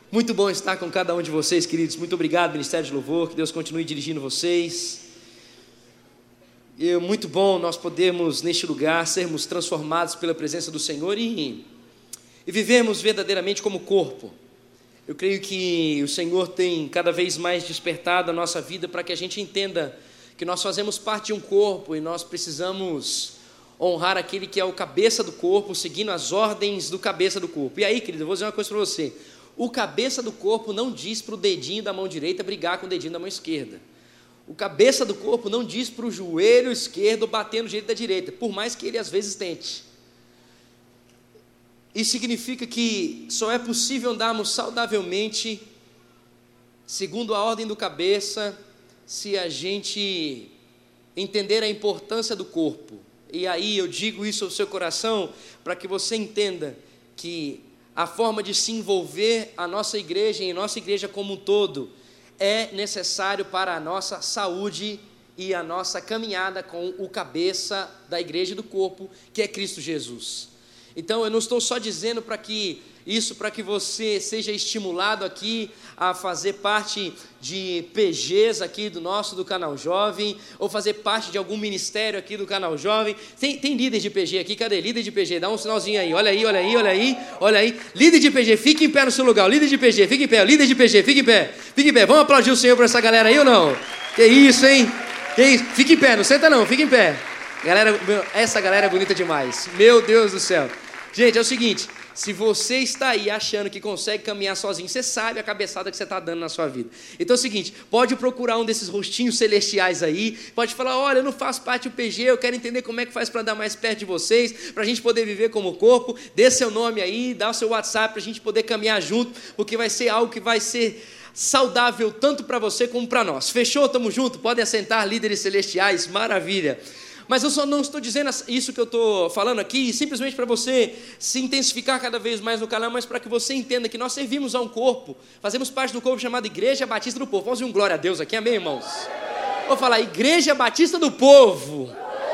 Muito bom estar com cada um de vocês, queridos. Muito obrigado, Ministério de Louvor. Que Deus continue dirigindo vocês. Muito bom nós podermos, neste lugar, sermos transformados pela presença do Senhor e vivermos verdadeiramente como corpo. Eu creio que o Senhor tem cada vez mais despertado a nossa vida para que a gente entenda que nós fazemos parte de um corpo e nós precisamos honrar aquele que é o cabeça do corpo, seguindo as ordens do cabeça do corpo. E aí, querido, eu vou dizer uma coisa para você. O cabeça do corpo não diz para o dedinho da mão direita brigar com o dedinho da mão esquerda. O cabeça do corpo não diz para o joelho esquerdo bater no jeito da direita, por mais que ele às vezes tente. Isso significa que só é possível andarmos saudavelmente, segundo a ordem do cabeça, se a gente entender a importância do corpo. E aí eu digo isso ao seu coração, para que você entenda que a forma de se envolver a nossa igreja e a nossa igreja como um todo é necessário para a nossa saúde e a nossa caminhada com o cabeça da igreja e do corpo, que é Cristo Jesus. Então eu não estou só dizendo para que você seja estimulado aqui a fazer parte de PGs aqui do canal Jovem, ou fazer parte de algum ministério aqui do canal Jovem. Tem líder de PG aqui? Cadê? Líder de PG, dá um sinalzinho aí, olha aí. Líder de PG, fique em pé no seu lugar. Líder de PG, fique em pé. Líder de PG, fique em pé. Vamos aplaudir o Senhor por essa galera aí ou não? Que isso, hein? Que isso? Fique em pé, não senta não, fique em pé. Essa galera é bonita demais, meu Deus do céu. Gente, é o seguinte, se você está aí achando que consegue caminhar sozinho, você sabe a cabeçada que você está dando na sua vida. Então é o seguinte, pode procurar um desses rostinhos celestiais aí, pode falar, olha, eu não faço parte do PG, eu quero entender como é que faz para andar mais perto de vocês, para a gente poder viver como corpo, dê seu nome aí, dá o seu WhatsApp para a gente poder caminhar junto, porque vai ser algo que vai ser saudável tanto para você como para nós. Fechou? Tamo junto? Podem assentar, líderes celestiais, maravilha. Mas eu só não estou dizendo isso que eu estou falando aqui simplesmente para você se intensificar cada vez mais no canal, mas para que você entenda que nós servimos a um corpo, fazemos parte do corpo chamado Igreja Batista do Povo. Vamos dizer um glória a Deus aqui, amém, irmãos? Vou falar, Igreja Batista do Povo.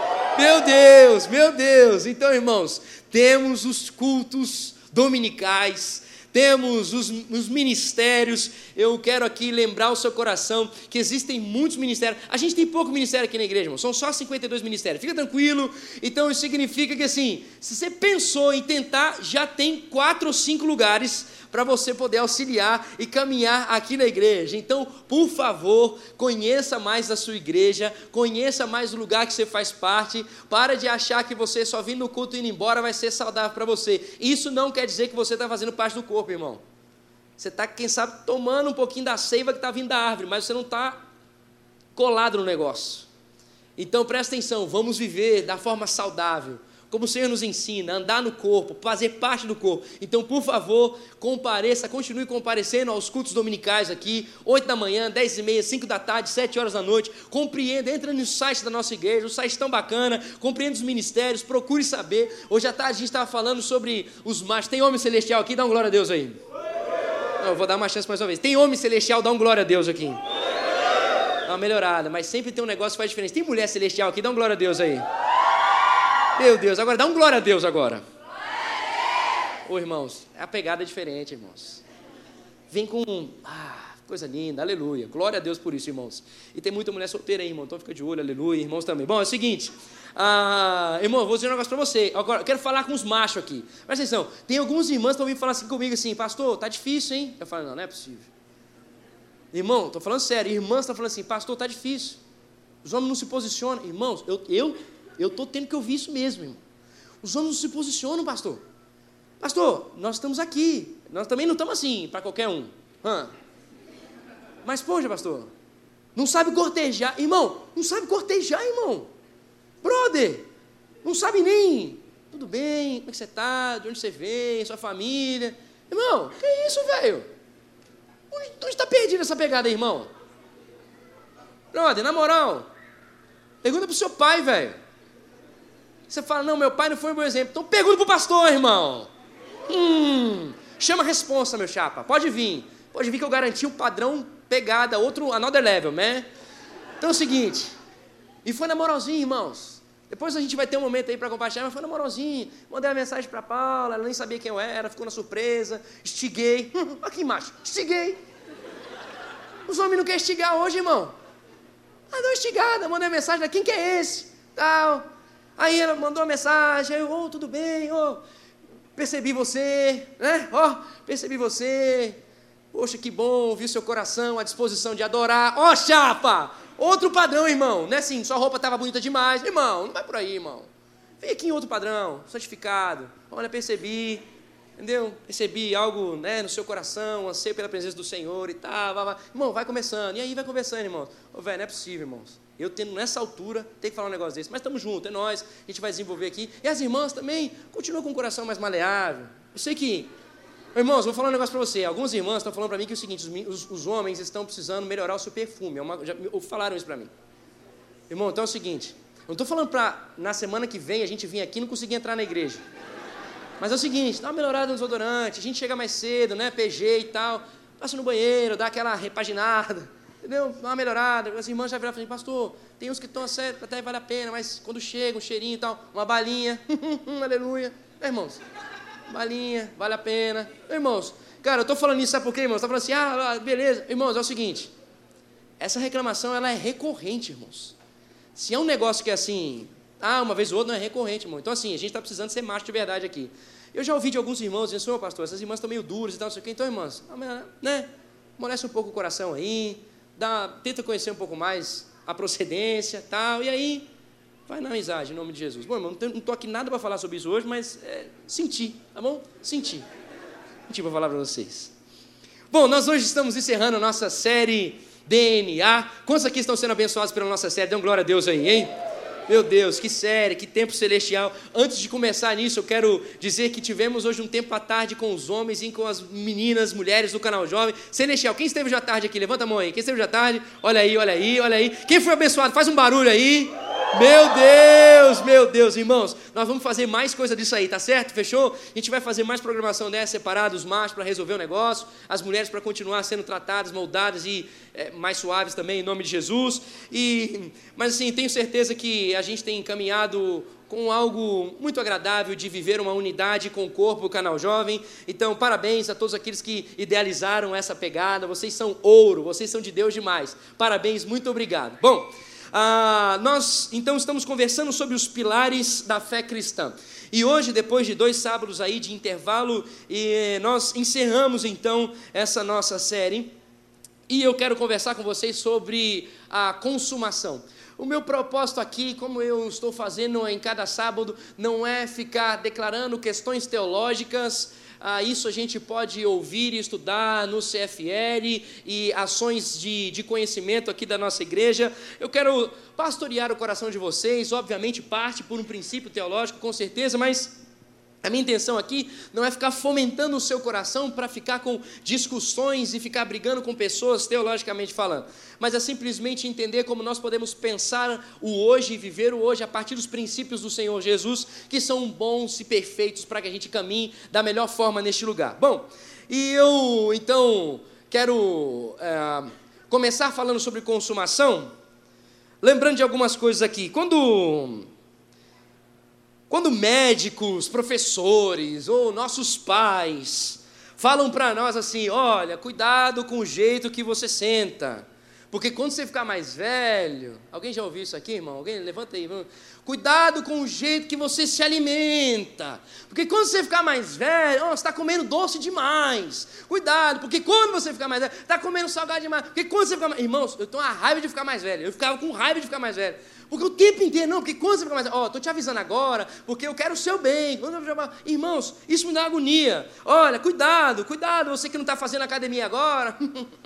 Meu Deus. Então, irmãos, temos os cultos dominicais, temos os ministérios. Eu quero aqui lembrar o seu coração que existem muitos ministérios. A gente tem pouco ministério aqui na igreja, irmão. São só 52 ministérios. Fica tranquilo. Então isso significa que assim, se você pensou em tentar, já tem 4 ou 5 lugares para você poder auxiliar e caminhar aqui na igreja. Então, por favor, conheça mais a sua igreja, conheça mais o lugar que você faz parte. Para de achar que você só vindo no culto e indo embora vai ser saudável para você. Isso não quer dizer que você está fazendo parte do corpo, irmão. Você está, quem sabe, tomando um pouquinho da seiva que está vindo da árvore, mas você não está colado no negócio. Então, presta atenção, vamos viver da forma saudável, como o Senhor nos ensina, andar no corpo, fazer parte do corpo. Então, por favor, compareça, continue comparecendo aos cultos dominicais aqui, 8 da manhã, 10 e meia, 5 da tarde, 7 horas da noite. Compreenda, entra no site da nossa igreja, o site tão bacana, compreenda os ministérios, procure saber. Hoje à tarde a gente estava falando sobre os machos. Tem homem celestial aqui? Dá um glória a Deus aí. Não, eu vou dar uma chance mais uma vez. Tem homem celestial? Dá um glória a Deus aqui. Dá uma melhorada, mas sempre tem um negócio que faz diferença. Tem mulher celestial aqui? Dá um glória a Deus aí. Meu Deus, agora dá um glória a Deus agora. Ô irmãos, a pegada é diferente, irmãos. Vem com, coisa linda, aleluia. Glória a Deus por isso, irmãos. E tem muita mulher solteira aí, irmão, então fica de olho, aleluia, irmãos também. Bom, é o seguinte, irmão, eu vou dizer um negócio para você. Agora, eu quero falar com os machos aqui. Presta atenção, tem alguns irmãs que estão vindo falar assim comigo assim, pastor, tá difícil, hein? Eu falo, não é possível. Irmão, estou falando sério, irmãs estão falando assim, pastor, tá difícil. Os homens não se posicionam. Irmãos, eu estou tendo que ouvir isso mesmo, irmão. Os homens não se posicionam, pastor. Pastor, nós estamos aqui. Nós também não estamos assim, para qualquer um. Mas, poxa, pastor, não sabe cortejar. Irmão, não sabe cortejar, irmão. Brother, não sabe nem. Tudo bem, como é que você está? De onde você vem? Sua família? Irmão, que isso, velho? Onde está perdido essa pegada aí, irmão? Brother, na moral, pergunta para o seu pai, velho. Você fala, não, meu pai não foi um bom exemplo. Então pergunta para o pastor, irmão. Chama a responsa, meu chapa. Pode vir que eu garanti um padrão pegada, outro, another level, né? Então é o seguinte, e foi na moralzinha, irmãos. Depois a gente vai ter um momento aí para compartilhar, mas foi namorosinho, mandei uma mensagem para Paula, ela nem sabia quem eu era, ficou na surpresa, instiguei, aqui macho, instiguei. Os homens não querem instigar hoje, irmão. Ah, deu instigada, mandei uma mensagem, quem que é esse? Tal. Aí ela mandou uma mensagem, aí eu, tudo bem, percebi você, né? Percebi você. Poxa, que bom, ouvir seu coração, a disposição de adorar. Chapa! Outro padrão, irmão. Não é assim, sua roupa estava bonita demais. Irmão, não vai por aí, irmão. Vem aqui em outro padrão, santificado. Olha, percebi, entendeu? Percebi algo, né, no seu coração, anseio pela presença do Senhor e tal. Irmão, vai conversando. E aí vai conversando, irmãos. Velho, não é possível, irmãos. Eu tendo nessa altura, tem que falar um negócio desse. Mas estamos juntos, é nós. A gente vai desenvolver aqui. E as irmãs também continuam com o coração mais maleável. Eu sei que... Irmãos, vou falar um negócio para você. Alguns irmãos estão falando para mim que é o seguinte, os homens estão precisando melhorar o seu perfume. Já falaram isso para mim. Irmão, então é o seguinte, eu não estou falando para na semana que vem a gente vir aqui e não conseguir entrar na igreja. Mas é o seguinte, dá uma melhorada no desodorante, a gente chega mais cedo, né, PG e tal, passa no banheiro, dá aquela repaginada, entendeu? Dá uma melhorada. As irmãs já viraram e falaram, pastor, tem uns que estão certo, até vale a pena, mas quando chega um cheirinho e tal, uma balinha, aleluia. Irmãos, balinha, vale a pena. Irmãos, cara, eu estou falando isso, sabe por quê, irmãos? Está falando assim, beleza. Irmãos, é o seguinte, essa reclamação, ela é recorrente, irmãos. Se é um negócio que é assim, uma vez ou outra, não é recorrente, irmão. Então, assim, a gente está precisando ser macho de verdade aqui. Eu já ouvi de alguns irmãos dizendo, senhor pastor, essas irmãs estão meio duras e tal, não sei o quê. Então, irmãs, né, amolece um pouco o coração aí, tenta conhecer um pouco mais a procedência e tal, e aí... vai na amizade, em nome de Jesus. Bom, irmão, não estou aqui nada para falar sobre isso hoje, mas senti, tá bom? Senti para falar para vocês. Bom, nós hoje estamos encerrando a nossa série DNA. Quantos aqui estão sendo abençoados pela nossa série? Dê uma glória a Deus aí, hein? Meu Deus, que série, que tempo celestial. Antes de começar nisso, eu quero dizer que tivemos hoje um tempo à tarde com os homens e com as meninas, mulheres do canal Jovem. Celestial, quem esteve hoje à tarde aqui? Levanta a mão aí. Quem esteve hoje à tarde? Olha aí, olha aí, olha aí. Quem foi abençoado? Faz um barulho aí. Meu Deus, irmãos, nós vamos fazer mais coisa disso aí, tá certo? Fechou? A gente vai fazer mais programação dessa, separada, os machos para resolver o negócio, as mulheres para continuar sendo tratadas, moldadas e mais suaves também, em nome de Jesus. Mas assim, tenho certeza que a gente tem encaminhado com algo muito agradável de viver uma unidade com o corpo do Canal Jovem. Então, parabéns a todos aqueles que idealizaram essa pegada. Vocês são ouro, vocês são de Deus demais. Parabéns, muito obrigado. Bom, nós então estamos conversando sobre os pilares da fé cristã. E hoje, depois de 2 sábados aí de intervalo, nós encerramos então essa nossa série. E eu quero conversar com vocês sobre a consumação. O meu propósito aqui, como eu estou fazendo em cada sábado, não é ficar declarando questões teológicas. Isso a gente pode ouvir e estudar no CFL e ações de conhecimento aqui da nossa igreja. Eu quero pastorear o coração de vocês, obviamente parte por um princípio teológico, com certeza, mas a minha intenção aqui não é ficar fomentando o seu coração para ficar com discussões e ficar brigando com pessoas teologicamente falando, mas é simplesmente entender como nós podemos pensar o hoje e viver o hoje a partir dos princípios do Senhor Jesus, que são bons e perfeitos para que a gente caminhe da melhor forma neste lugar. Bom, e eu então quero começar falando sobre consumação, lembrando de algumas coisas aqui. Quando médicos, professores ou nossos pais falam para nós assim, olha, cuidado com o jeito que você senta, porque quando você ficar mais velho, alguém já ouviu isso aqui, irmão? Alguém? Levanta aí. Cuidado com o jeito que você se alimenta, porque quando você ficar mais velho, você está comendo doce demais. Cuidado, porque quando você ficar mais velho, está comendo salgado demais. Porque quando você ficar mais... Irmãos, eu tenho uma raiva de ficar mais velho. Eu ficava com raiva de ficar mais velho. Porque o tempo inteiro, porque quando você fica mais velho, estou te avisando agora, porque eu quero o seu bem. Irmãos, isso me dá agonia. Olha, cuidado, você que não está fazendo academia agora.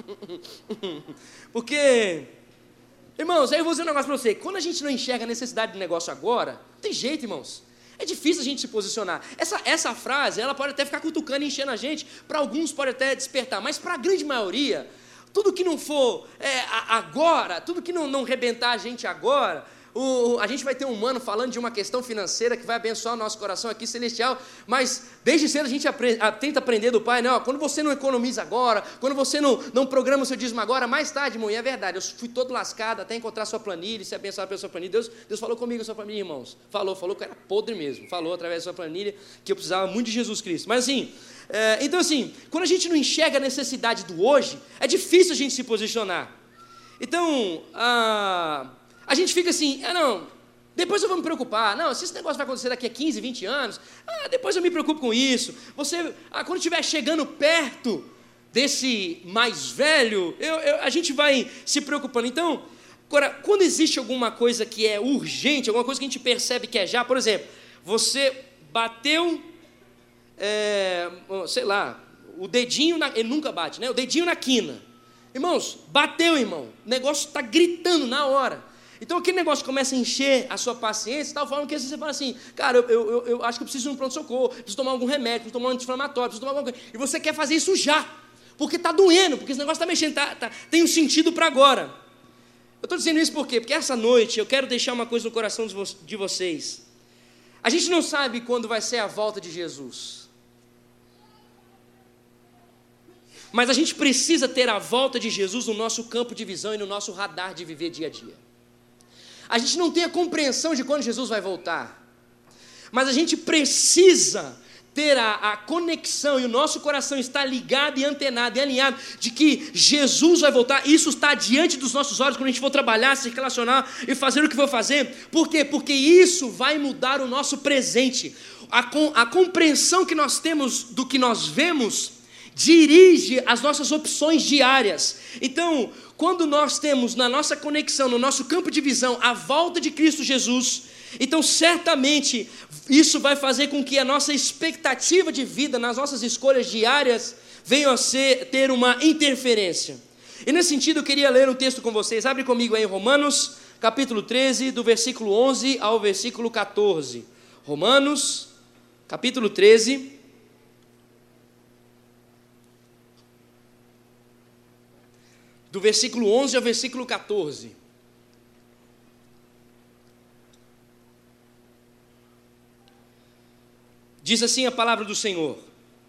Porque... Irmãos, aí eu vou dizer um negócio para você. Quando a gente não enxerga a necessidade de negócio agora, não tem jeito, irmãos. É difícil a gente se posicionar. Essa frase, ela pode até ficar cutucando e enchendo a gente. Para alguns pode até despertar. Mas para a grande maioria, tudo que não for agora, tudo que não rebentar a gente agora, a gente vai ter um ano falando de uma questão financeira que vai abençoar o nosso coração aqui celestial, mas desde cedo a gente tenta aprender do Pai, né? Ó, quando você não economiza agora, quando você não programa o seu dízimo agora, mais tarde, irmão, e é verdade, eu fui todo lascado até encontrar a sua planilha e ser abençoado pela sua planilha. Deus falou comigo, a sua planilha, irmãos, falou que eu era podre mesmo, falou através da sua planilha que eu precisava muito de Jesus Cristo, mas assim, então assim, quando a gente não enxerga a necessidade do hoje, é difícil a gente se posicionar. Então, a gente fica assim, não, depois eu vou me preocupar, não, se esse negócio vai acontecer daqui a 15, 20 anos, depois eu me preocupo com isso. Quando estiver chegando perto desse mais velho, a gente vai se preocupando. Então, agora, quando existe alguma coisa que é urgente, alguma coisa que a gente percebe que é já, por exemplo, você bateu, sei lá, o dedinho, ele nunca bate, né? O dedinho na quina. Irmãos, bateu, irmão, o negócio está gritando na hora. Então aquele negócio começa a encher a sua paciência, tal forma que às vezes você fala assim, cara, eu acho que eu preciso de um pronto-socorro, preciso tomar algum remédio, preciso tomar um anti-inflamatório, preciso tomar alguma coisa. E você quer fazer isso já, porque está doendo, porque esse negócio está mexendo, tem um sentido para agora. Eu estou dizendo isso por quê? Porque essa noite eu quero deixar uma coisa no coração de vocês. A gente não sabe quando vai ser a volta de Jesus. Mas a gente precisa ter a volta de Jesus no nosso campo de visão e no nosso radar de viver dia a dia. A gente não tem a compreensão de quando Jesus vai voltar, mas a gente precisa ter a conexão e o nosso coração está ligado e antenado e alinhado de que Jesus vai voltar. Isso está diante dos nossos olhos quando a gente for trabalhar, se relacionar e fazer o que for fazer. Por quê? Porque isso vai mudar o nosso presente. A compreensão que nós temos do que nós vemos dirige as nossas opções diárias. Então, quando nós temos na nossa conexão, no nosso campo de visão, a volta de Cristo Jesus, então certamente isso vai fazer com que a nossa expectativa de vida nas nossas escolhas diárias venha a ter uma interferência. E nesse sentido eu queria ler um texto com vocês. Abre comigo aí Romanos, capítulo 13, do versículo 11 ao versículo 14. Romanos, capítulo 13, do versículo 11 ao versículo 14. Diz assim a palavra do Senhor: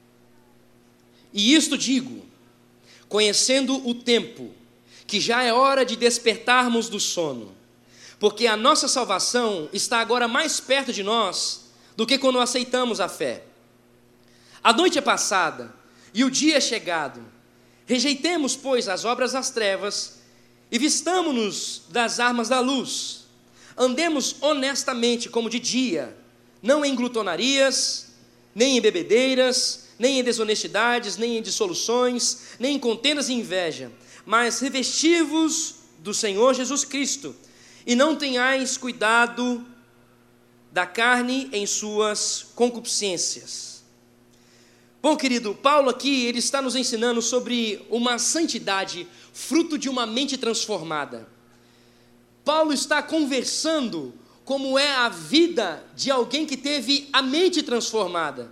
e isto digo, conhecendo o tempo, que já é hora de despertarmos do sono, porque a nossa salvação está agora mais perto de nós do que quando aceitamos a fé. A noite é passada e o dia é chegado. Rejeitemos, pois, as obras das trevas e vistamo-nos das armas da luz. Andemos honestamente como de dia, não em glutonarias, nem em bebedeiras, nem em desonestidades, nem em dissoluções, nem em contendas e inveja, mas revesti-vos do Senhor Jesus Cristo, e não tenhais cuidado da carne em suas concupiscências. Bom, querido, Paulo aqui, ele está nos ensinando sobre uma santidade, fruto de uma mente transformada. Paulo está conversando como é a vida de alguém que teve a mente transformada.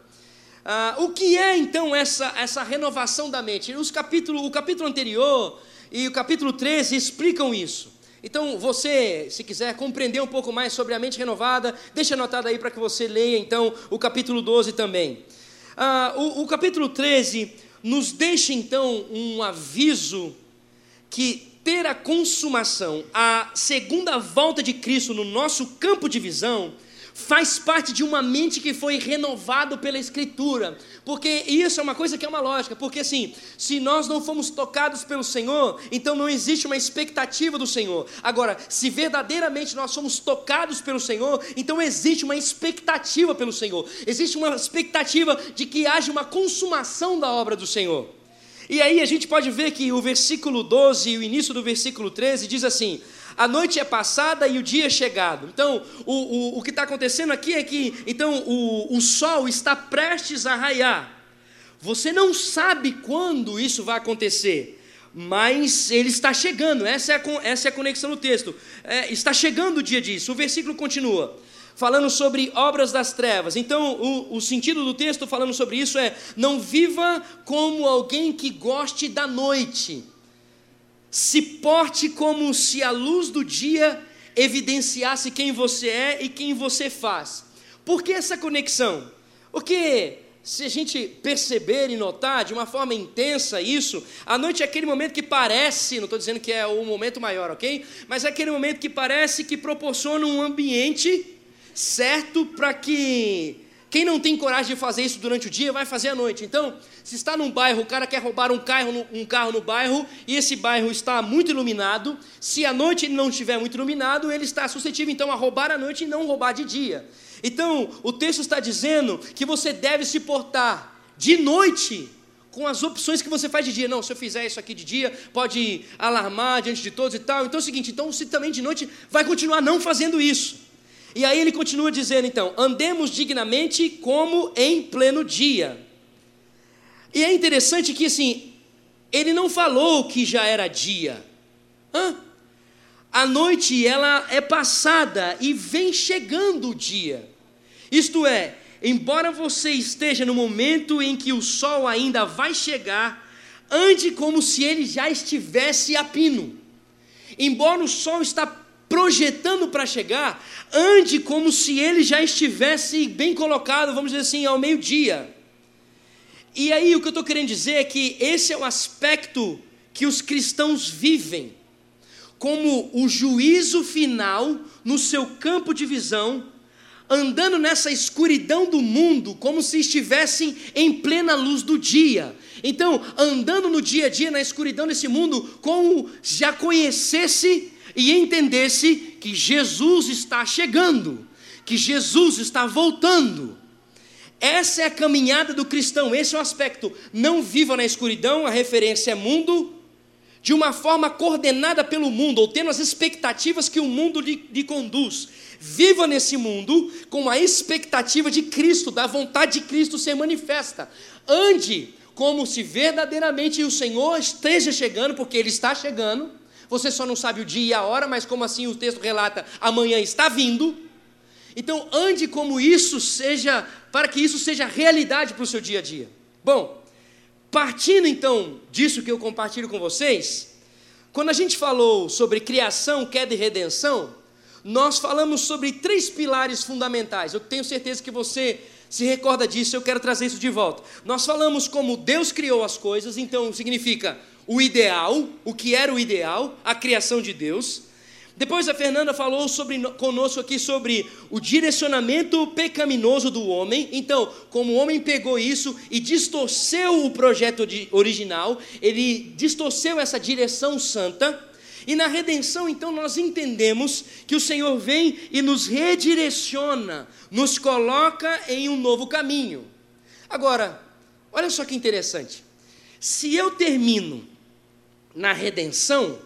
O que é então essa renovação da mente? O capítulo anterior e o capítulo 13 explicam isso. Então você, se quiser compreender um pouco mais sobre a mente renovada, deixa anotado aí para que você leia então o capítulo 12 também. O capítulo 13 nos deixa então um aviso que ter a consumação, a segunda volta de Cristo no nosso campo de visão, faz parte de uma mente que foi renovada pela Escritura, porque isso é uma coisa que é uma lógica, porque assim, se nós não fomos tocados pelo Senhor, então não existe uma expectativa do Senhor. Agora, se verdadeiramente nós somos tocados pelo Senhor, então existe uma expectativa pelo Senhor, existe uma expectativa de que haja uma consumação da obra do Senhor. E aí a gente pode ver que o versículo 12 e o início do versículo 13 diz assim: a noite é passada e o dia é chegado. Então, o que está acontecendo aqui é que então, o sol está prestes a raiar. Você não sabe quando isso vai acontecer, mas ele está chegando. Essa é a conexão no texto. Está chegando o dia disso. O versículo continua falando sobre obras das trevas. Então, o sentido do texto falando sobre isso é: não viva como alguém que goste da noite. Se porte como se a luz do dia evidenciasse quem você é e quem você faz. Por que essa conexão? Porque se a gente perceber e notar de uma forma intensa isso, a noite é aquele momento que parece, não estou dizendo que é o momento maior, ok? Mas é aquele momento que parece que proporciona um ambiente certo para que quem não tem coragem de fazer isso durante o dia vai fazer à noite. Então, se está num bairro, o cara quer roubar um carro no bairro e esse bairro está muito iluminado, se à noite ele não estiver muito iluminado, ele está suscetível então a roubar à noite e não roubar de dia. Então, o texto está dizendo que você deve se portar de noite com as opções que você faz de dia. Não, se eu fizer isso aqui de dia, pode alarmar diante de todos e tal. Então é o seguinte, então você também de noite vai continuar não fazendo isso. E aí ele continua dizendo então, andemos dignamente como em pleno dia. E é interessante que assim, ele não falou que já era dia. A noite ela é passada e vem chegando o dia. Isto é, embora você esteja no momento em que o sol ainda vai chegar, ande como se ele já estivesse a pino. Embora o sol está projetando para chegar, ande como se ele já estivesse bem colocado, vamos dizer assim, ao meio-dia. E aí o que eu estou querendo dizer é que esse é o aspecto que os cristãos vivem, como o juízo final no seu campo de visão, andando nessa escuridão do mundo, como se estivessem em plena luz do dia. Então, andando no dia a dia, na escuridão desse mundo, como já conhecesse e entendesse que Jesus está chegando, que Jesus está voltando. Essa é a caminhada do cristão, esse é o aspecto. Não viva na escuridão, a referência é mundo, de uma forma coordenada pelo mundo, ou tendo as expectativas que o mundo lhe conduz. Viva nesse mundo com a expectativa de Cristo, da vontade de Cristo ser manifesta. Ande como se verdadeiramente o Senhor esteja chegando, porque Ele está chegando. Você só não sabe o dia e a hora, mas como assim o texto relata, amanhã está vindo. Então ande como isso seja, para que isso seja realidade para o seu dia a dia. Bom, partindo então disso que eu compartilho com vocês, quando a gente falou sobre criação, queda e redenção, nós falamos sobre 3 pilares fundamentais. Eu tenho certeza que você se recorda disso, eu quero trazer isso de volta. Nós falamos como Deus criou as coisas, então significa o ideal, o que era o ideal, a criação de Deus. Depois a Fernanda falou conosco aqui sobre o direcionamento pecaminoso do homem. Então, como o homem pegou isso e distorceu o projeto original, ele distorceu essa direção santa. E na redenção, então, nós entendemos que o Senhor vem e nos redireciona, nos coloca em um novo caminho. Agora, olha só que interessante. Se eu termino na redenção,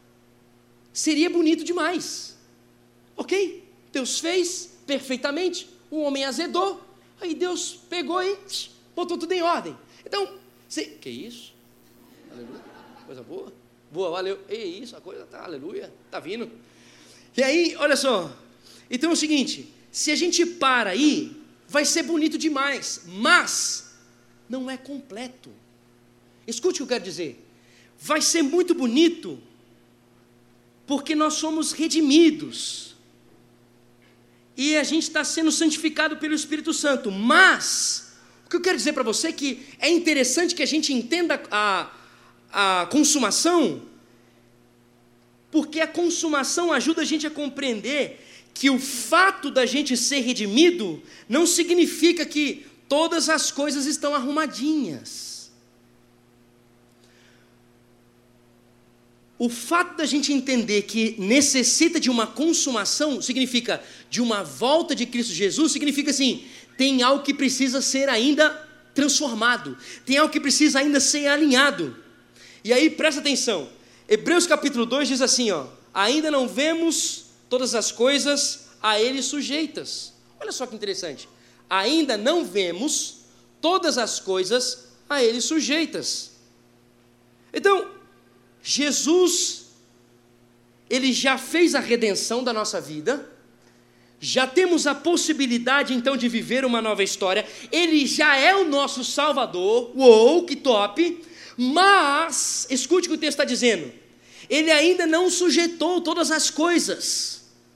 seria bonito demais, ok? Deus fez perfeitamente, o homem azedou, aí Deus pegou e botou tudo em ordem. Então, que isso? Aleluia, coisa boa, boa, valeu, isso, a coisa tá, aleluia, tá vindo. E aí, olha só, então é o seguinte, se a gente para aí, vai ser bonito demais, mas não é completo. Escute o que eu quero dizer, vai ser muito bonito, porque nós somos redimidos, e a gente está sendo santificado pelo Espírito Santo, mas, o que eu quero dizer para você é que é interessante que a gente entenda a consumação, porque a consumação ajuda a gente a compreender que o fato da gente ser redimido, não significa que todas as coisas estão arrumadinhas. O fato da gente entender que necessita de uma consumação, significa de uma volta de Cristo Jesus, significa assim, tem algo que precisa ser ainda transformado, tem algo que precisa ainda ser alinhado. E aí, presta atenção, Hebreus capítulo 2 diz assim, ainda não vemos todas as coisas a Ele sujeitas. Olha só que interessante, ainda não vemos todas as coisas a Ele sujeitas. Então, Jesus, Ele já fez a redenção da nossa vida, já temos a possibilidade então de viver uma nova história, Ele já é o nosso Salvador, uou, que top, mas, escute o que o texto está dizendo, Ele ainda não sujeitou todas as coisas,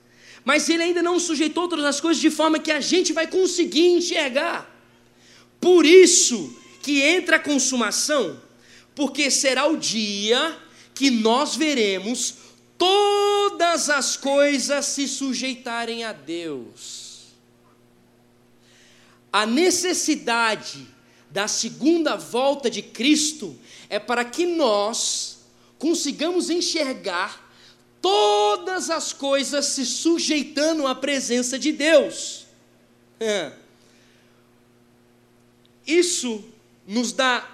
mas Ele ainda não sujeitou todas as coisas de forma que a gente vai conseguir enxergar. Por isso que entra a consumação, porque será o dia que nós veremos todas as coisas se sujeitarem a Deus. A necessidade da segunda volta de Cristo é para que nós consigamos enxergar todas as coisas se sujeitando à presença de Deus. Isso nos dá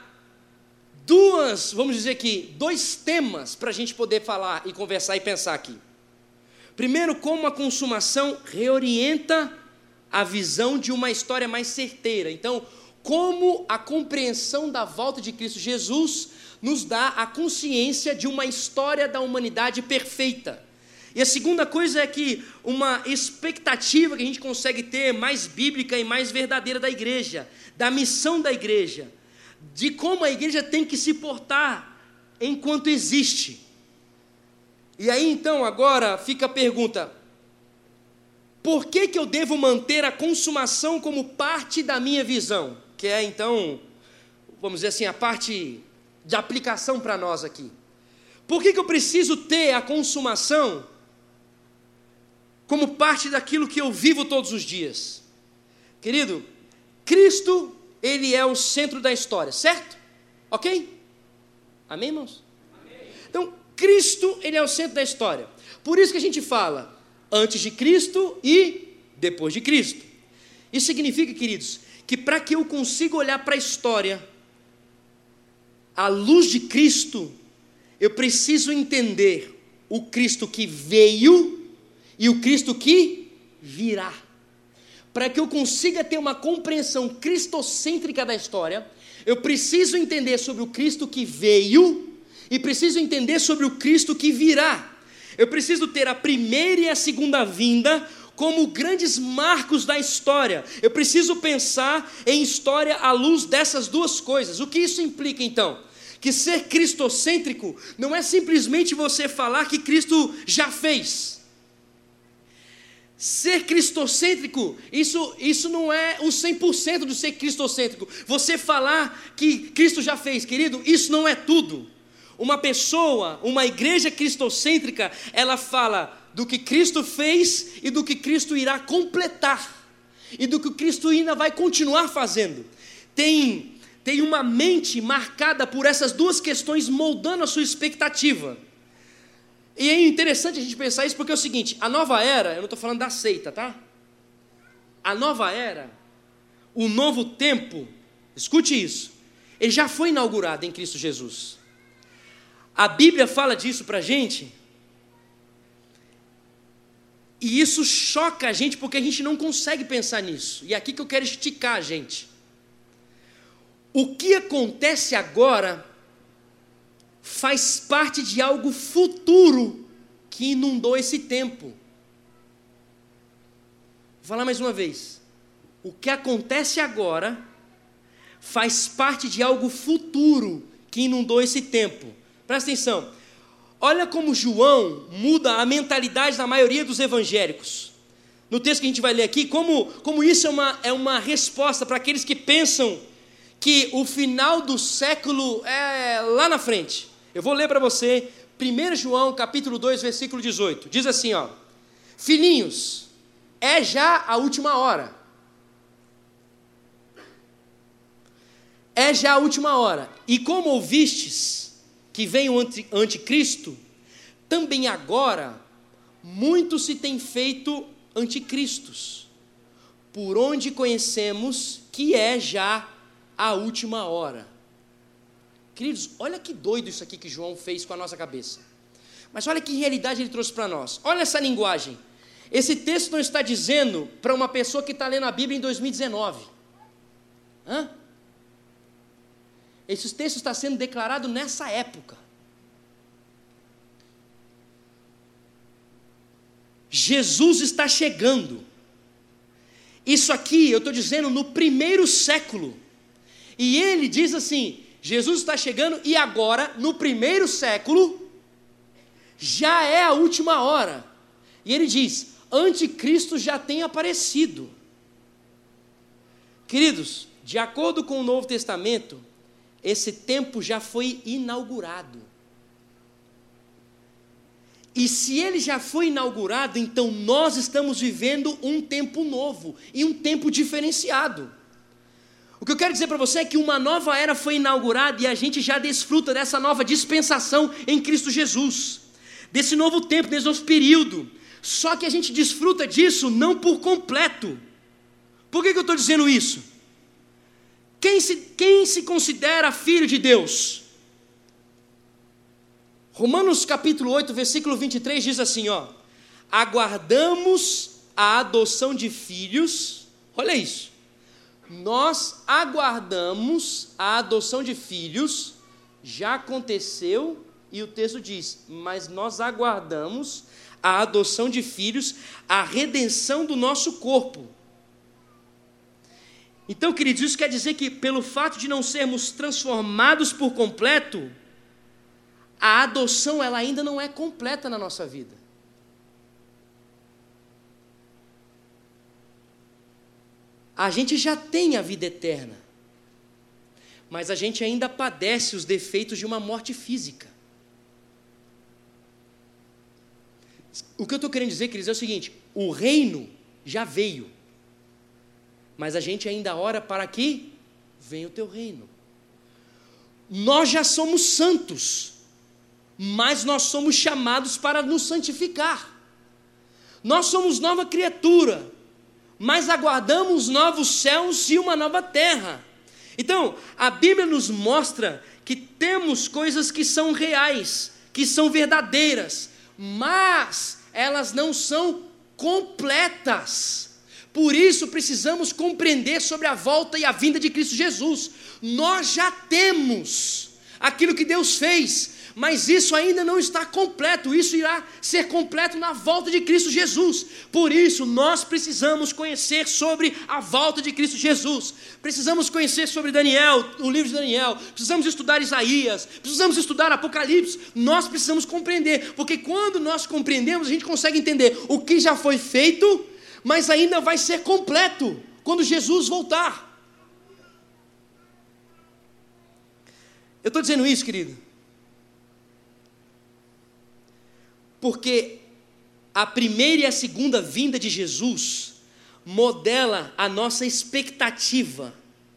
dois temas para a gente poder falar e conversar e pensar aqui. Primeiro, como a consumação reorienta a visão de uma história mais certeira. Então, como a compreensão da volta de Cristo Jesus nos dá a consciência de uma história da humanidade perfeita. E a segunda coisa é que uma expectativa que a gente consegue ter mais bíblica e mais verdadeira da igreja, da missão da igreja, de como a igreja tem que se portar enquanto existe. E aí então agora fica a pergunta: por que eu devo manter a consumação como parte da minha visão? Que é então, vamos dizer assim, a parte de aplicação para nós aqui. Por que eu preciso ter a consumação como parte daquilo que eu vivo todos os dias? Querido, Cristo, Ele é o centro da história, certo? Ok? Amém, irmãos? Amém. Então, Cristo, Ele é o centro da história. Por isso que a gente fala antes de Cristo e depois de Cristo. Isso significa, queridos, que para que eu consiga olhar para a história à luz de Cristo, eu preciso entender o Cristo que veio e o Cristo que virá. Para que eu consiga ter uma compreensão cristocêntrica da história, eu preciso entender sobre o Cristo que veio e preciso entender sobre o Cristo que virá. Eu preciso ter a primeira e a segunda vinda como grandes marcos da história. Eu preciso pensar em história à luz dessas duas coisas. O que isso implica então? Que ser cristocêntrico não é simplesmente você falar que Cristo já fez. Ser cristocêntrico, isso não é o 100% do ser cristocêntrico. Você falar que Cristo já fez, querido, isso não é tudo. Uma pessoa, uma igreja cristocêntrica, ela fala do que Cristo fez e do que Cristo irá completar. E do que Cristo ainda vai continuar fazendo. Tem uma mente marcada por essas duas questões moldando a sua expectativa. E é interessante a gente pensar isso porque é o seguinte: a nova era, eu não estou falando da seita, tá? A nova era, o novo tempo, escute isso, ele já foi inaugurado em Cristo Jesus. A Bíblia fala disso para a gente, e isso choca a gente porque a gente não consegue pensar nisso. E é aqui que eu quero esticar a gente. O que acontece agora faz parte de algo futuro que inundou esse tempo. Vou falar mais uma vez. O que acontece agora faz parte de algo futuro que inundou esse tempo. Presta atenção. Olha como João muda a mentalidade da maioria dos evangélicos. No texto que a gente vai ler aqui, como isso é uma resposta para aqueles que pensam que o final do século é lá na frente. Eu vou ler para você 1 João capítulo 2, versículo 18. Diz assim, ó: filhinhos, é já a última hora. É já a última hora. E como ouvistes que vem o anticristo, também agora muitos se têm feito anticristos, por onde conhecemos que é já a última hora. Queridos, olha que doido isso aqui que João fez com a nossa cabeça. Mas olha que realidade ele trouxe para nós. Olha essa linguagem. Esse texto não está dizendo para uma pessoa que está lendo a Bíblia em 2019. Esse texto está sendo declarado nessa época. Jesus está chegando. Isso aqui eu estou dizendo no primeiro século. E ele diz assim: Jesus está chegando e agora, no primeiro século, já é a última hora. E ele diz: anticristo já tem aparecido. Queridos, de acordo com o Novo Testamento, esse tempo já foi inaugurado. E se ele já foi inaugurado, então nós estamos vivendo um tempo novo e um tempo diferenciado. O que eu quero dizer para você é que uma nova era foi inaugurada e a gente já desfruta dessa nova dispensação em Cristo Jesus, desse novo tempo, desse novo período. Só que a gente desfruta disso não por completo. Por que eu estou dizendo isso? Quem se considera filho de Deus? Romanos capítulo 8, versículo 23 diz assim, aguardamos a adoção de filhos, olha isso, nós aguardamos a adoção de filhos, já aconteceu, e o texto diz, mas nós aguardamos a adoção de filhos, a redenção do nosso corpo. Então, queridos, isso quer dizer que pelo fato de não sermos transformados por completo, a adoção ela ainda não é completa na nossa vida. A gente já tem a vida eterna, mas a gente ainda padece os defeitos de uma morte física. O que eu estou querendo dizer, queridos, é o seguinte: o reino já veio, mas a gente ainda ora para que venha o teu reino. Nós já somos santos, mas nós somos chamados para nos santificar. Nós somos nova criatura, mas aguardamos novos céus e uma nova terra. Então, a Bíblia nos mostra que temos coisas que são reais, que são verdadeiras, mas elas não são completas. Por isso precisamos compreender sobre a volta e a vinda de Cristo Jesus. Nós já temos aquilo que Deus fez, mas isso ainda não está completo. Isso irá ser completo na volta de Cristo Jesus. Por isso nós precisamos conhecer sobre a volta de Cristo Jesus. Precisamos conhecer sobre Daniel, o livro de Daniel. Precisamos estudar Isaías, precisamos estudar Apocalipse. Nós precisamos compreender, porque quando nós compreendemos, a gente consegue entender o que já foi feito, mas ainda vai ser completo quando Jesus voltar. Eu estou dizendo isso, querido, porque a primeira e a segunda vinda de Jesus modela a nossa expectativa,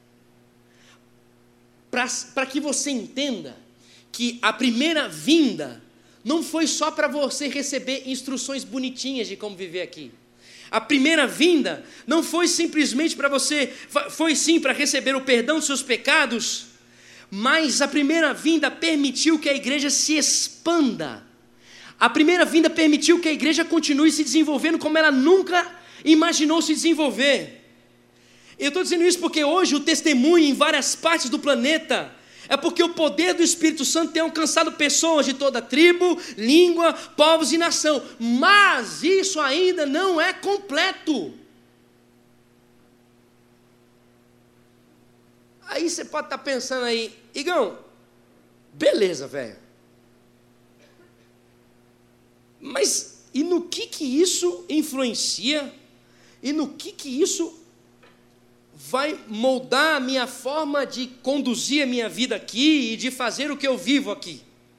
para que você entenda que a primeira vinda não foi só para você receber instruções bonitinhas de como viver aqui. A primeira vinda não foi simplesmente para você, foi sim para receber o perdão dos seus pecados, mas a primeira vinda permitiu que a igreja se expanda. A primeira vinda permitiu que a igreja continue se desenvolvendo como ela nunca imaginou se desenvolver. Eu estou dizendo isso porque hoje o testemunho em várias partes do planeta é porque o poder do Espírito Santo tem alcançado pessoas de toda tribo, língua, povos e nação. Mas isso ainda não é completo. Aí você pode estar pensando aí, Igão, beleza, velho. Mas e no que isso influencia? E no que isso vai moldar a minha forma de conduzir a minha vida aqui e de fazer o que eu vivo aqui?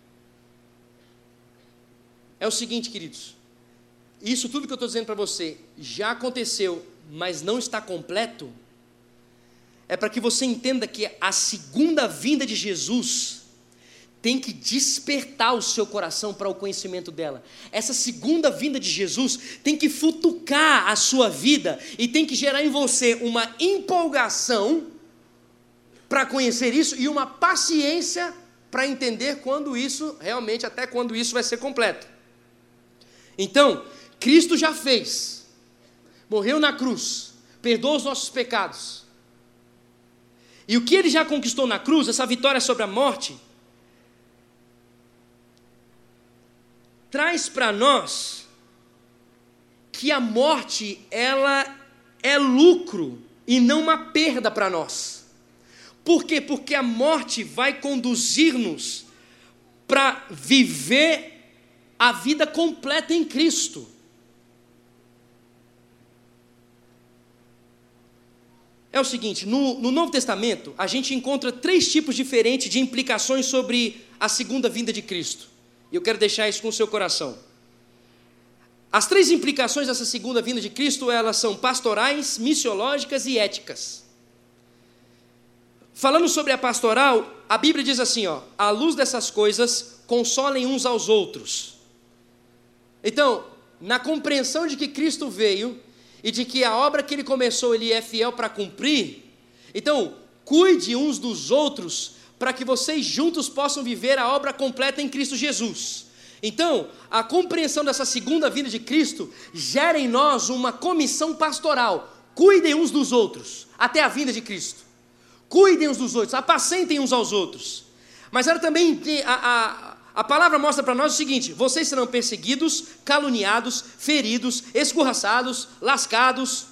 É o seguinte, queridos, isso tudo que eu estou dizendo para você já aconteceu, mas não está completo, é para que você entenda que a segunda vinda de Jesus tem que despertar o seu coração para o conhecimento dela. Essa segunda vinda de Jesus tem que futucar a sua vida e tem que gerar em você uma empolgação para conhecer isso e uma paciência para entender quando isso, realmente até quando isso vai ser completo. Então, Cristo já fez, morreu na cruz, perdoou os nossos pecados. E o que Ele já conquistou na cruz, essa vitória sobre a morte, traz para nós que a morte, ela é lucro e não uma perda para nós. Por quê? Porque a morte vai conduzir-nos para viver a vida completa em Cristo. é o seguinte: no Novo Testamento, a gente encontra 3 tipos diferentes de implicações sobre a segunda vinda de Cristo. E eu quero deixar isso com o seu coração. As 3 implicações dessa segunda vinda de Cristo, elas são pastorais, missiológicas e éticas. Falando sobre a pastoral, a Bíblia diz assim, à luz dessas coisas, consolem uns aos outros. Então, na compreensão de que Cristo veio e de que a obra que Ele começou, Ele é fiel para cumprir, então, cuide uns dos outros para que vocês juntos possam viver a obra completa em Cristo Jesus. Então, a compreensão dessa segunda vinda de Cristo gera em nós uma comissão pastoral. Cuidem uns dos outros, até a vinda de Cristo. Cuidem uns dos outros, apacentem uns aos outros. Mas ela também, a palavra mostra para nós o seguinte: vocês serão perseguidos, caluniados, feridos, escorraçados, lascados.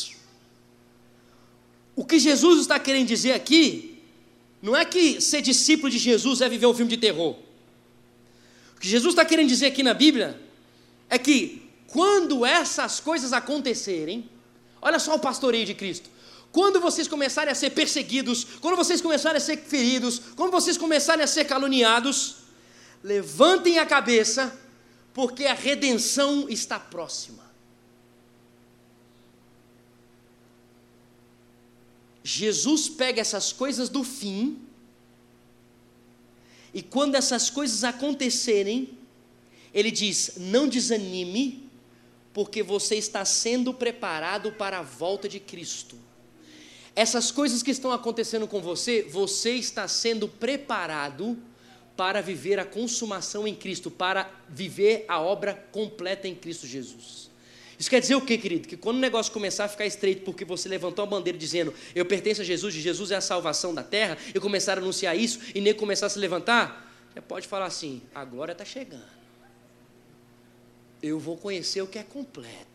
O que Jesus está querendo dizer aqui, não é que ser discípulo de Jesus é viver um filme de terror. O que Jesus está querendo dizer aqui na Bíblia é que quando essas coisas acontecerem, olha só o pastoreio de Cristo. Quando vocês começarem a ser perseguidos, quando vocês começarem a ser feridos, quando vocês começarem a ser caluniados, levantem a cabeça, porque a redenção está próxima. Jesus pega essas coisas do fim, e quando essas coisas acontecerem, Ele diz: não desanime, porque você está sendo preparado para a volta de Cristo. Essas coisas que estão acontecendo com você, você está sendo preparado para viver a consumação em Cristo, para viver a obra completa em Cristo Jesus. Isso quer dizer o quê, querido? Que quando o negócio começar a ficar estreito, porque você levantou a bandeira dizendo: eu pertenço a Jesus, Jesus é a salvação da terra, e começar a anunciar isso, e nem começar a se levantar, você pode falar assim: a glória está chegando, eu vou conhecer o que é completo.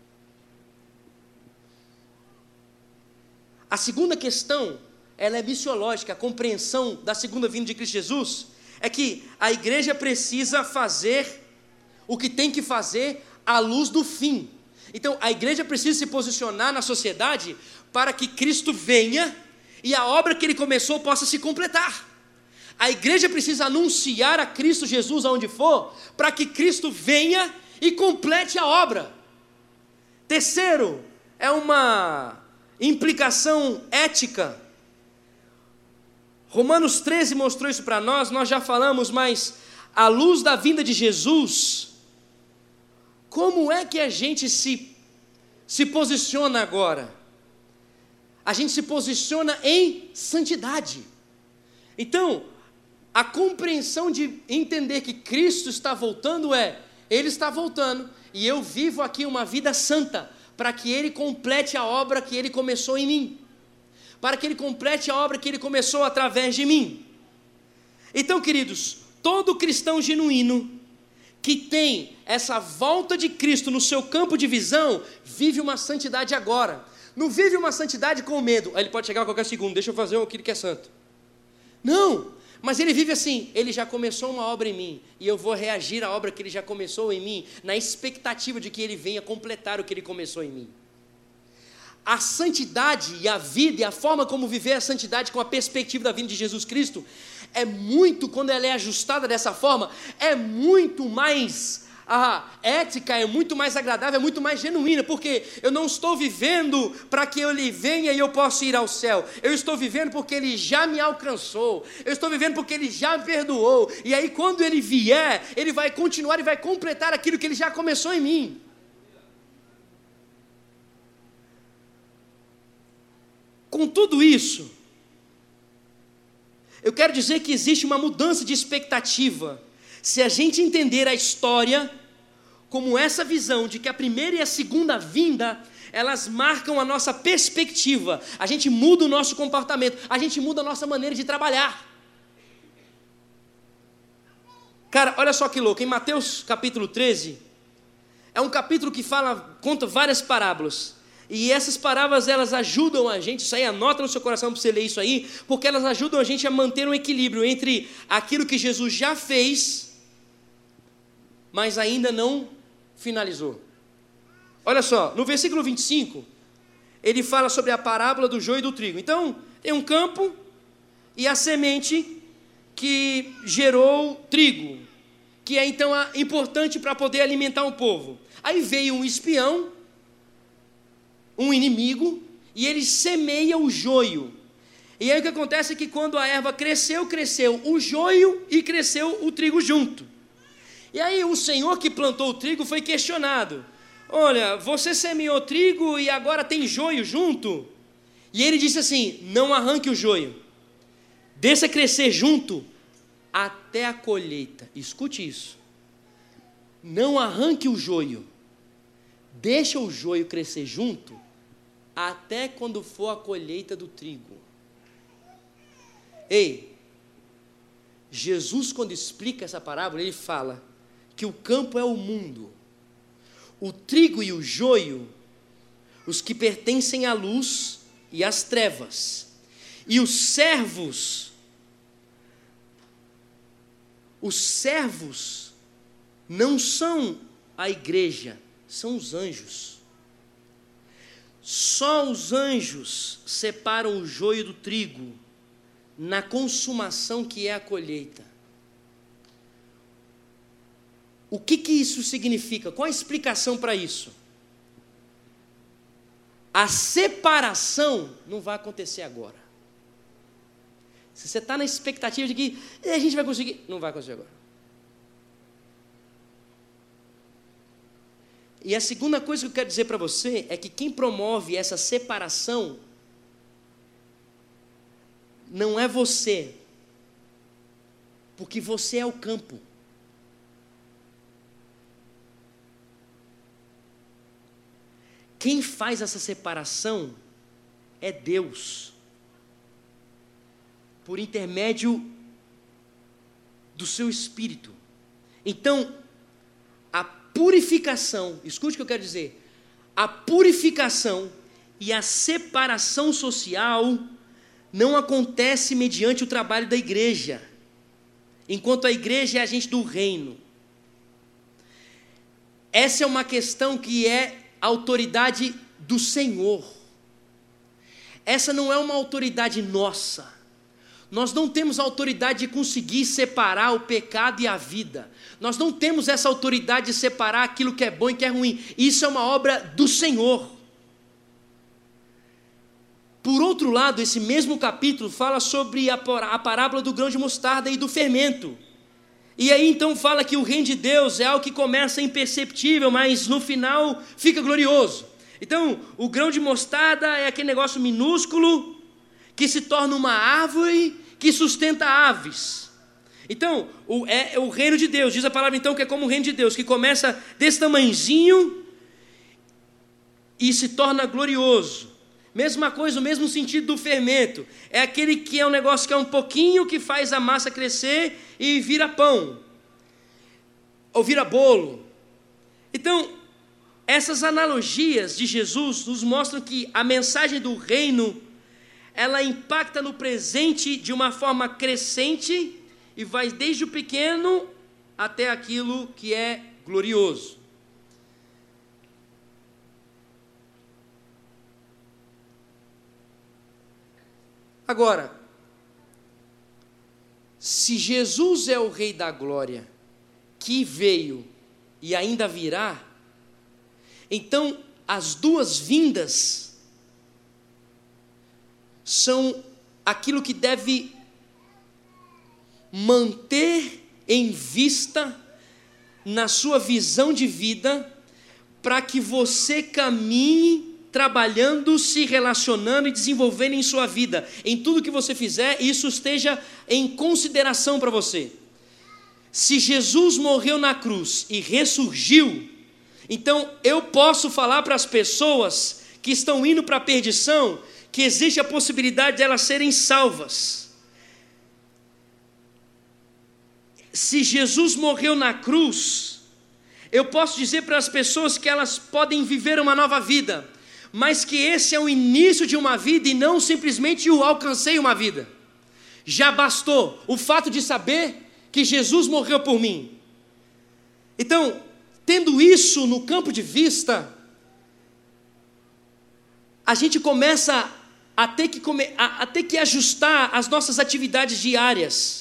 A segunda questão, ela é missiológica. A compreensão da segunda vinda de Cristo Jesus é que a igreja precisa fazer o que tem que fazer à luz do fim. Então, a igreja precisa se posicionar na sociedade para que Cristo venha e a obra que Ele começou possa se completar. A igreja precisa anunciar a Cristo Jesus aonde for, para que Cristo venha e complete a obra. Terceiro, é uma implicação ética. Romanos 13 mostrou isso para nós já falamos, mas à luz da vinda de Jesus, como é que a gente se posiciona agora? A gente se posiciona em santidade. Então, a compreensão de entender que Cristo está voltando Ele está voltando, e eu vivo aqui uma vida santa, para que Ele complete a obra que Ele começou em mim, para que Ele complete a obra que Ele começou através de mim. Então, queridos, todo cristão genuíno que tem essa volta de Cristo no seu campo de visão, vive uma santidade agora. Não vive uma santidade com medo: ele pode chegar a qualquer segundo, deixa eu fazer aquilo que é santo. Não, mas ele vive assim: Ele já começou uma obra em mim, e eu vou reagir à obra que Ele já começou em mim, na expectativa de que Ele venha completar o que Ele começou em mim. A santidade e a vida e a forma como viver a santidade com a perspectiva da vinda de Jesus Cristo é muito, quando ela é ajustada dessa forma, é muito mais ética, é muito mais agradável, é muito mais genuína, porque eu não estou vivendo para que Ele venha e eu possa ir ao céu. Eu estou vivendo porque Ele já me alcançou, eu estou vivendo porque Ele já me perdoou, e aí quando Ele vier, Ele vai continuar e vai completar aquilo que Ele já começou em mim. Com tudo isso, eu quero dizer que existe uma mudança de expectativa, se a gente entender a história como essa visão de que a primeira e a segunda vinda, elas marcam a nossa perspectiva, a gente muda o nosso comportamento, a gente muda a nossa maneira de trabalhar. Cara, olha só que louco, em Mateus capítulo 13, é um capítulo que conta várias parábolas, e essas parábolas, elas ajudam a gente, isso aí anota no seu coração para você ler isso aí, porque elas ajudam a gente a manter um equilíbrio entre aquilo que Jesus já fez, mas ainda não finalizou. Olha só, no versículo 25, ele fala sobre a parábola do joio e do trigo. Então, tem um campo e a semente que gerou trigo, que é então importante para poder alimentar um povo. Aí veio um espião, um inimigo, e ele semeia o joio. E aí o que acontece é que quando a erva cresceu o joio e cresceu o trigo junto. E aí o senhor que plantou o trigo foi questionado: olha, você semeou trigo e agora tem joio junto? E ele disse assim: não arranque o joio, deixa crescer junto até a colheita. Escute isso. Não arranque o joio, deixa o joio crescer junto até quando for a colheita do trigo. Ei, Jesus, quando explica essa parábola, ele fala que o campo é o mundo, o trigo e o joio, os que pertencem à luz e às trevas, e os servos não são a igreja, são os anjos. Só os anjos separam o joio do trigo na consumação que é a colheita. O que isso significa? Qual a explicação para isso? A separação não vai acontecer agora. Se você está na expectativa de que a gente vai conseguir, não vai acontecer agora. E a segunda coisa que eu quero dizer para você é que quem promove essa separação não é você, porque você é o campo. Quem faz essa separação é Deus, por intermédio do seu Espírito. Então, a purificação, escute o que eu quero dizer, a purificação e a separação social não acontece mediante o trabalho da igreja, enquanto a igreja é agente do reino. Essa é uma questão que é a autoridade do Senhor. Essa não é uma autoridade nossa. Nós não temos a autoridade de conseguir separar o pecado e a vida. Nós não temos essa autoridade de separar aquilo que é bom e que é ruim. Isso é uma obra do Senhor. Por outro lado, esse mesmo capítulo fala sobre a parábola do grão de mostarda e do fermento. E aí então fala que o reino de Deus é algo que começa imperceptível, mas no final fica glorioso. Então, o grão de mostarda é aquele negócio minúsculo que se torna uma árvore que sustenta aves. Então, é o reino de Deus. Diz a palavra então que é como o reino de Deus, que começa desse tamanhozinho e se torna glorioso. Mesma coisa, o mesmo sentido do fermento. É aquele que é um negócio que é um pouquinho, que faz a massa crescer e vira pão. Ou vira bolo. Então, essas analogias de Jesus nos mostram que a mensagem do reino, ela impacta no presente de uma forma crescente e vai desde o pequeno até aquilo que é glorioso. Agora, se Jesus é o Rei da Glória, que veio e ainda virá, então as duas vindas são aquilo que deve manter em vista na sua visão de vida, para que você caminhe trabalhando, se relacionando e desenvolvendo em sua vida, em tudo que você fizer, isso esteja em consideração para você. Se Jesus morreu na cruz e ressurgiu, então eu posso falar para as pessoas que estão indo para a perdição, que existe a possibilidade de elas serem salvas. Se Jesus morreu na cruz, eu posso dizer para as pessoas que elas podem viver uma nova vida, mas que esse é o início de uma vida e não simplesmente o alcancei uma vida. Já bastou o fato de saber que Jesus morreu por mim. Então, tendo isso no campo de vista, a gente começa a ter que ajustar as nossas atividades diárias.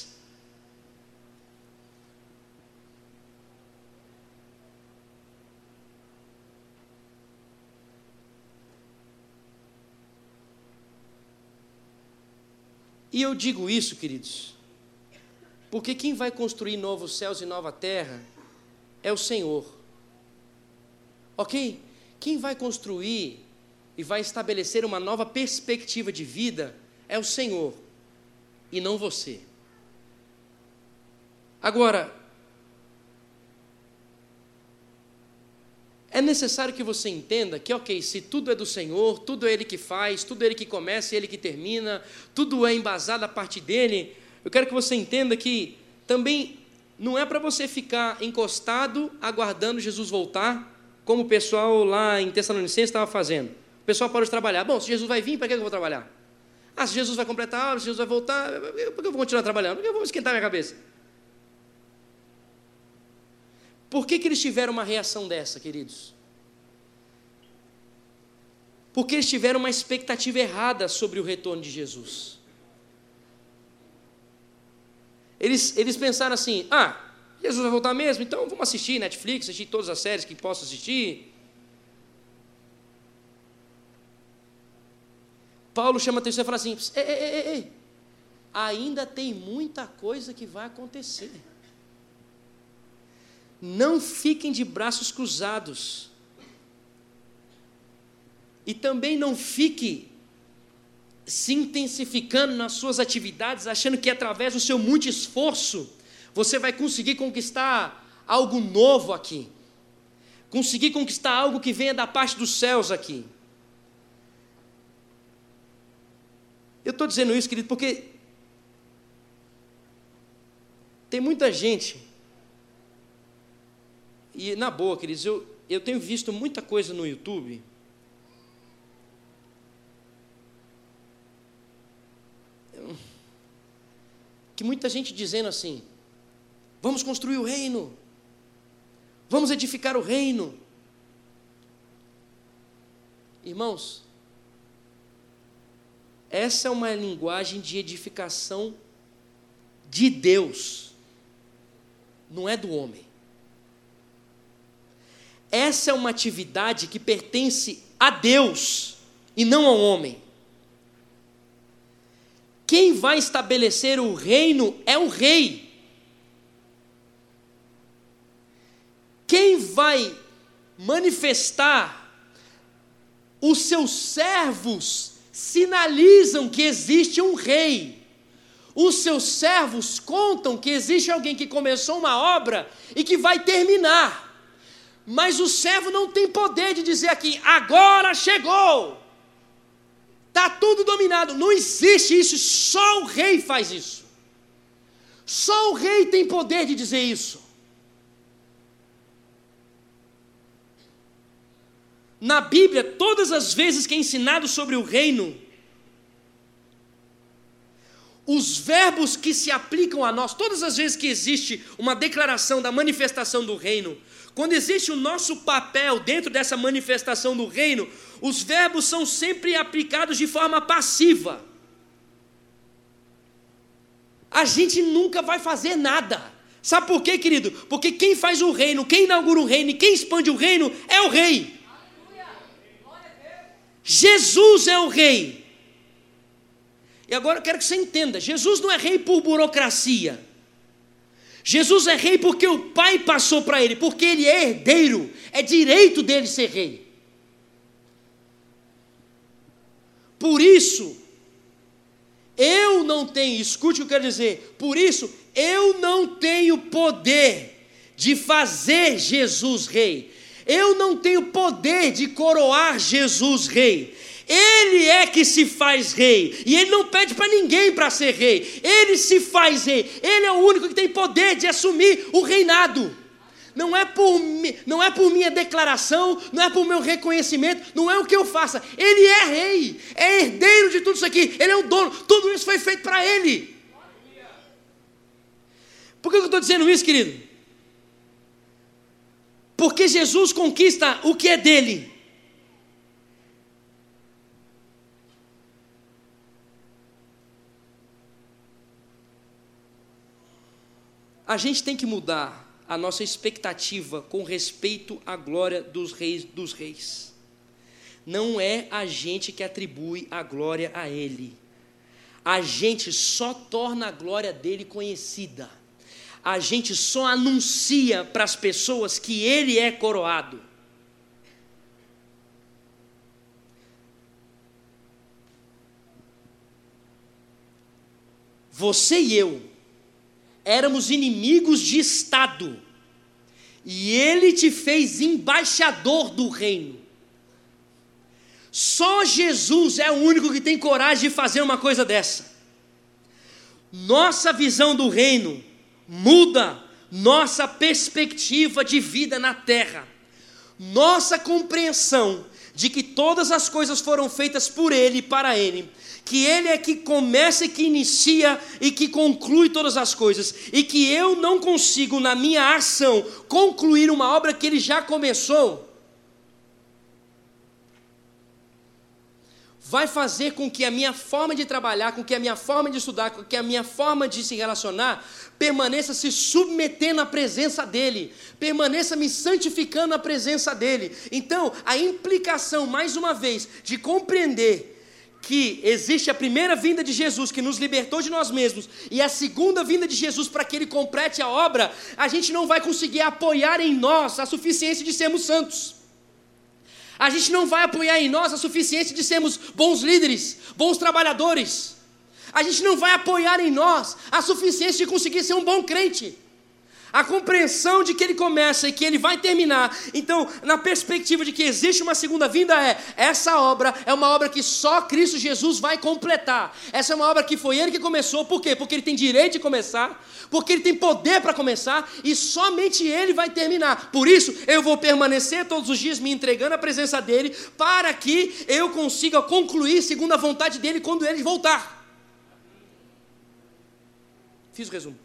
E eu digo isso, queridos, porque quem vai construir novos céus e nova terra é o Senhor. Ok? Quem vai construir e vai estabelecer uma nova perspectiva de vida é o Senhor, e não você. Agora, é necessário que você entenda que, ok, se tudo é do Senhor, tudo é Ele que faz, tudo é Ele que começa e Ele que termina, tudo é embasado a partir dEle, eu quero que você entenda que também não é para você ficar encostado, aguardando Jesus voltar, como o pessoal lá em Tessalonicenses estava fazendo. O pessoal parou de trabalhar. Bom, se Jesus vai vir, para que eu vou trabalhar? Se Jesus vai completar a aula, se Jesus vai voltar, por que eu vou continuar trabalhando? Por que eu vou esquentar minha cabeça? Por que eles tiveram uma reação dessa, queridos? Porque eles tiveram uma expectativa errada sobre o retorno de Jesus. Eles pensaram assim, Jesus vai voltar mesmo? Então vamos assistir Netflix, assistir todas as séries que posso assistir. Paulo chama a atenção e fala assim, ei, ainda tem muita coisa que vai acontecer. Não fiquem de braços cruzados. E também não fique se intensificando nas suas atividades, achando que através do seu muito esforço, você vai conseguir conquistar algo novo aqui. Conseguir conquistar algo que venha da parte dos céus aqui. Eu estou dizendo isso, querido, porque tem muita gente. E, na boa, queridos, eu tenho visto muita coisa no YouTube que muita gente dizendo assim, vamos construir o reino, vamos edificar o reino. Irmãos, essa é uma linguagem de edificação de Deus, não é do homem. Essa é uma atividade que pertence a Deus e não ao homem. Quem vai estabelecer o reino é o rei. Quem vai manifestar, os seus servos sinalizam que existe um rei. Os seus servos contam que existe alguém que começou uma obra e que vai terminar. Mas o servo não tem poder de dizer aqui, agora chegou, está tudo dominado. Não existe isso, só o rei faz isso. Só o rei tem poder de dizer isso. Na Bíblia, todas as vezes que é ensinado sobre o reino, os verbos que se aplicam a nós, todas as vezes que existe uma declaração da manifestação do reino, quando existe o nosso papel dentro dessa manifestação do reino, os verbos são sempre aplicados de forma passiva. A gente nunca vai fazer nada. Sabe por quê, querido? Porque quem faz o reino, quem inaugura o reino e quem expande o reino é o rei. Jesus é o rei. E agora eu quero que você entenda, Jesus não é rei por burocracia. Jesus é rei porque o Pai passou para ele, porque ele é herdeiro, é direito dele ser rei. Por isso, eu não tenho, escute o que eu quero dizer, por isso, eu não tenho poder de fazer Jesus rei. Eu não tenho poder de coroar Jesus rei. Ele é que se faz rei, e ele não pede para ninguém para ser rei, ele se faz rei, ele é o único que tem poder de assumir o reinado. Não é por minha declaração, não é por meu reconhecimento, não é o que eu faça, ele é rei, é herdeiro de tudo isso aqui, ele é o dono, tudo isso foi feito para ele. Por que eu estou dizendo isso, querido? Porque Jesus conquista o que é dele. A gente tem que mudar a nossa expectativa com respeito à glória dos reis. Não é a gente que atribui a glória a Ele. A gente só torna a glória dele conhecida. A gente só anuncia para as pessoas que Ele é coroado. Você e eu éramos inimigos de Estado, e Ele te fez embaixador do reino. Só Jesus é o único que tem coragem de fazer uma coisa dessa. Nossa visão do reino muda nossa perspectiva de vida na terra. Nossa compreensão de que todas as coisas foram feitas por Ele e para Ele, que Ele é que começa e que inicia e que conclui todas as coisas, e que eu não consigo na minha ação concluir uma obra que Ele já começou, vai fazer com que a minha forma de trabalhar, com que a minha forma de estudar, com que a minha forma de se relacionar permaneça se submetendo à presença dEle, permaneça me santificando à presença dEle. Então, a implicação, mais uma vez, de compreender que existe a primeira vinda de Jesus, que nos libertou de nós mesmos, e a segunda vinda de Jesus para que Ele complete a obra, a gente não vai conseguir apoiar em nós a suficiência de sermos santos. A gente não vai apoiar em nós a suficiência de sermos bons líderes, bons trabalhadores. A gente não vai apoiar em nós a suficiência de conseguir ser um bom crente. A compreensão de que Ele começa e que Ele vai terminar. Então, na perspectiva de que existe uma segunda vinda, essa obra é uma obra que só Cristo Jesus vai completar. Essa é uma obra que foi Ele que começou. Por quê? Porque Ele tem direito de começar, porque Ele tem poder para começar, e somente Ele vai terminar. Por isso, eu vou permanecer todos os dias me entregando à presença dEle, para que eu consiga concluir segundo a vontade dEle quando Ele voltar. Fiz o resumo.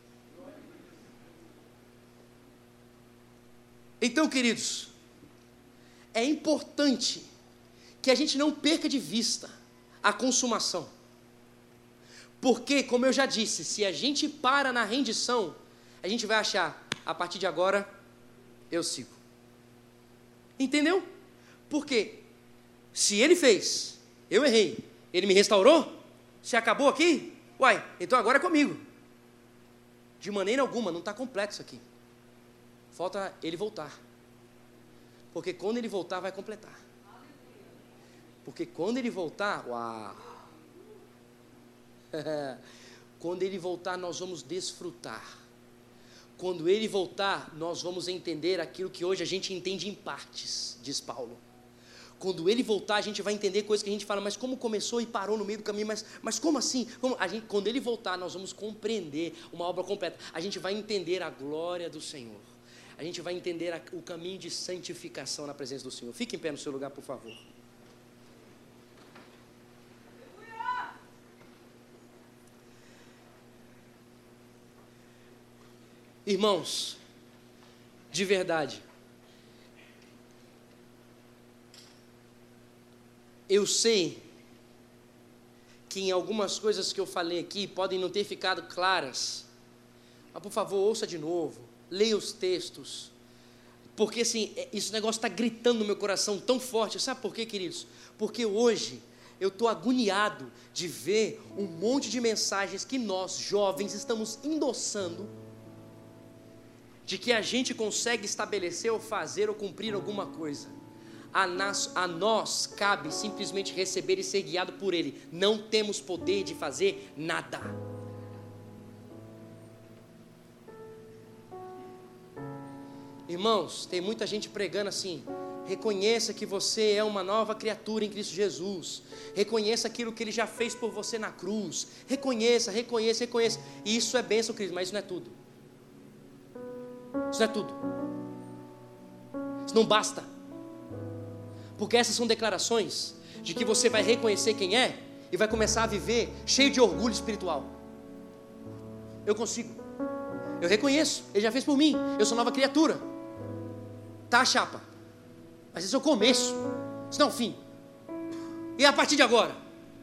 Então, queridos, é importante que a gente não perca de vista a consumação. Porque, como eu já disse, se a gente para na rendição, a gente vai achar, a partir de agora, eu sigo. Entendeu? Porque se Ele fez, eu errei, Ele me restaurou, se acabou aqui, uai, então agora é comigo. De maneira alguma, não está completo isso aqui. Falta Ele voltar. Porque quando Ele voltar, vai completar. Porque quando Ele voltar, uau! Quando Ele voltar, nós vamos desfrutar. Quando Ele voltar, nós vamos entender aquilo que hoje a gente entende em partes, diz Paulo. Quando Ele voltar, a gente vai entender coisas que a gente fala, mas como começou e parou no meio do caminho, mas como assim? Quando Ele voltar, nós vamos compreender uma obra completa. A gente vai entender a glória do Senhor. A gente vai entender o caminho de santificação na presença do Senhor. Fique em pé no seu lugar, por favor. Irmãos, de verdade, eu sei que em algumas coisas que eu falei aqui podem não ter ficado claras, mas por favor, ouça de novo, leia os textos, porque assim, esse negócio está gritando no meu coração tão forte. Sabe por quê, queridos? Porque hoje eu estou agoniado de ver um monte de mensagens que nós, jovens, estamos endossando, de que a gente consegue estabelecer ou fazer ou cumprir alguma coisa. A nós cabe simplesmente receber e ser guiado por Ele. Não temos poder de fazer nada. Irmãos, tem muita gente pregando assim: reconheça que você é uma nova criatura em Cristo Jesus. Reconheça aquilo que Ele já fez por você na cruz. Reconheça. E isso é bênção, Cristo, mas isso não é tudo. Isso não é tudo. Isso não basta. Porque essas são declarações de que você vai reconhecer quem é e vai começar a viver cheio de orgulho espiritual. Eu consigo. Eu reconheço. Ele já fez por mim. Eu sou nova criatura. Tá, chapa? Mas esse é o começo. Isso não é o fim. E a partir de agora?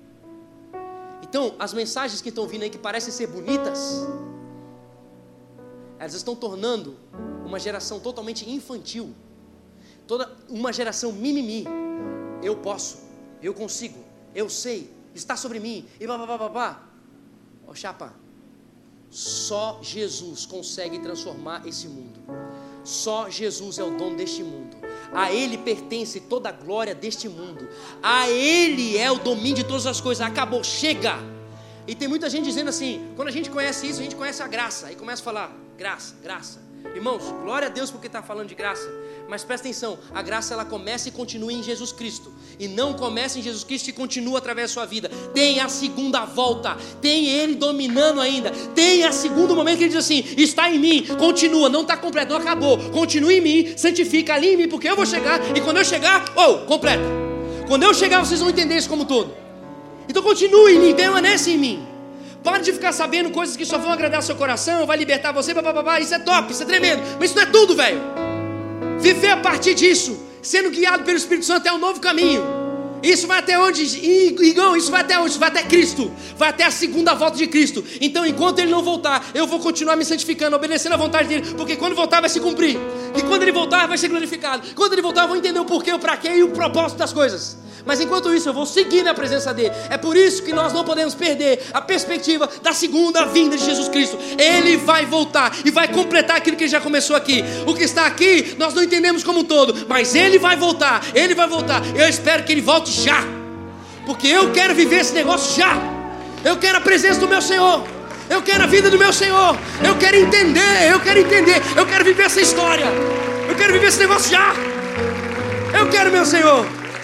Então, as mensagens que estão vindo aí que parecem ser bonitas, Elas estão tornando uma geração totalmente infantil, toda uma geração mimimi. Eu posso, eu consigo, eu sei, está sobre mim, e babá. Ó chapa, só Jesus consegue transformar esse mundo. Só Jesus é o dono deste mundo. A Ele pertence toda a glória deste mundo. A Ele é o domínio de todas as coisas. Acabou, chega. E tem muita gente dizendo assim, quando a gente conhece isso, a gente conhece a graça. Aí começa a falar, graça, graça. Irmãos, glória a Deus porque está falando de graça. Mas presta atenção, a graça ela começa e continua em Jesus Cristo. E não começa em Jesus Cristo e continua através da sua vida. Tem a segunda volta, tem Ele dominando ainda. Tem a segundo momento que Ele diz assim, está em mim, continua, não está completo, não acabou. Continua em mim, santifica ali em mim, porque eu vou chegar. E quando eu chegar, completa. Quando eu chegar vocês vão entender isso como todo. Então continue em mim, permanece em mim. Pare de ficar sabendo coisas que só vão agradar seu coração, vai libertar você, isso é top, isso é tremendo. Mas isso não é tudo, velho. Viver a partir disso, sendo guiado pelo Espírito Santo é um novo caminho. Isso vai até onde? Igão, isso vai até onde? Isso vai até Cristo. Vai até a segunda volta de Cristo. Então enquanto Ele não voltar, eu vou continuar me santificando, obedecendo a vontade dEle. Porque quando voltar vai se cumprir. E quando Ele voltar vai ser glorificado. Quando Ele voltar eu vou entender o porquê, o pra quê e o propósito das coisas. Mas enquanto isso eu vou seguir na presença dEle. É por isso que nós não podemos perder a perspectiva da segunda vinda de Jesus Cristo. Ele vai voltar e vai completar aquilo que Ele já começou aqui. O que está aqui nós não entendemos como um todo, mas Ele vai voltar, Ele vai voltar. Eu espero que Ele volte já, porque eu quero viver esse negócio já. Eu quero a presença do meu Senhor, eu quero a vida do meu Senhor. Eu quero entender, eu quero viver essa história. Eu quero viver esse negócio já. Eu quero meu Senhor,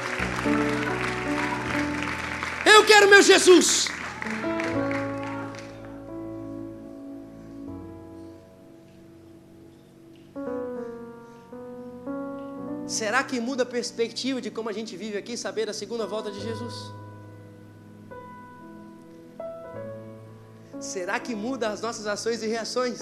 eu quero meu Jesus. Será que muda a perspectiva de como a gente vive aqui, saber da segunda volta de Jesus? Será que muda as nossas ações e reações?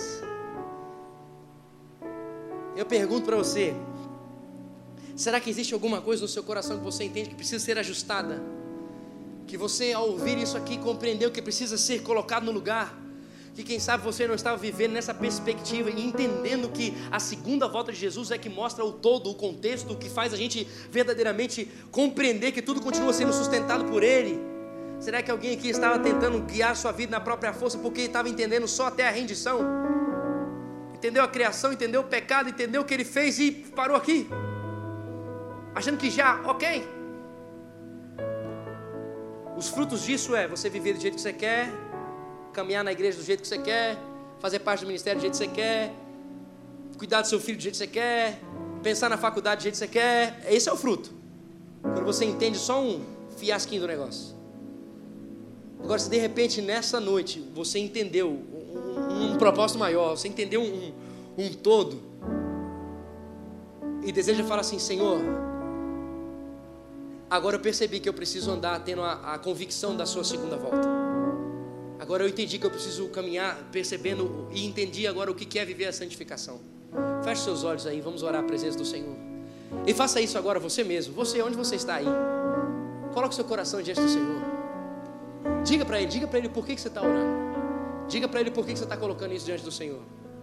Eu pergunto para você, será que existe alguma coisa no seu coração que você entende que precisa ser ajustada? Que você, ao ouvir isso aqui, compreendeu que precisa ser colocado no lugar? Que quem sabe você não estava vivendo nessa perspectiva e entendendo que a segunda volta de Jesus é que mostra o todo, o contexto, o que faz a gente verdadeiramente compreender que tudo continua sendo sustentado por Ele. Será que alguém aqui estava tentando guiar sua vida na própria força porque estava entendendo só até a rendição? Entendeu a criação, entendeu o pecado, entendeu o que Ele fez e parou aqui? Achando que já, ok. Os frutos disso é você viver do jeito que você quer, caminhar na igreja do jeito que você quer, fazer parte do ministério do jeito que você quer, cuidar do seu filho do jeito que você quer, pensar na faculdade do jeito que você quer. Esse é o fruto. Quando você entende só um fiasquinho do negócio. Agora, se de repente nessa noite você entendeu um propósito maior, você entendeu um todo, e deseja falar assim, Senhor, agora eu percebi que eu preciso andar tendo a convicção da sua segunda volta. Agora eu entendi que eu preciso caminhar percebendo e entendi agora o que é viver a santificação. Feche seus olhos aí, vamos orar a presença do Senhor. E faça isso agora você mesmo, você onde você está aí. Coloque seu coração diante do Senhor. Diga para Ele por que você está orando. Diga para Ele por que você está colocando isso diante do Senhor.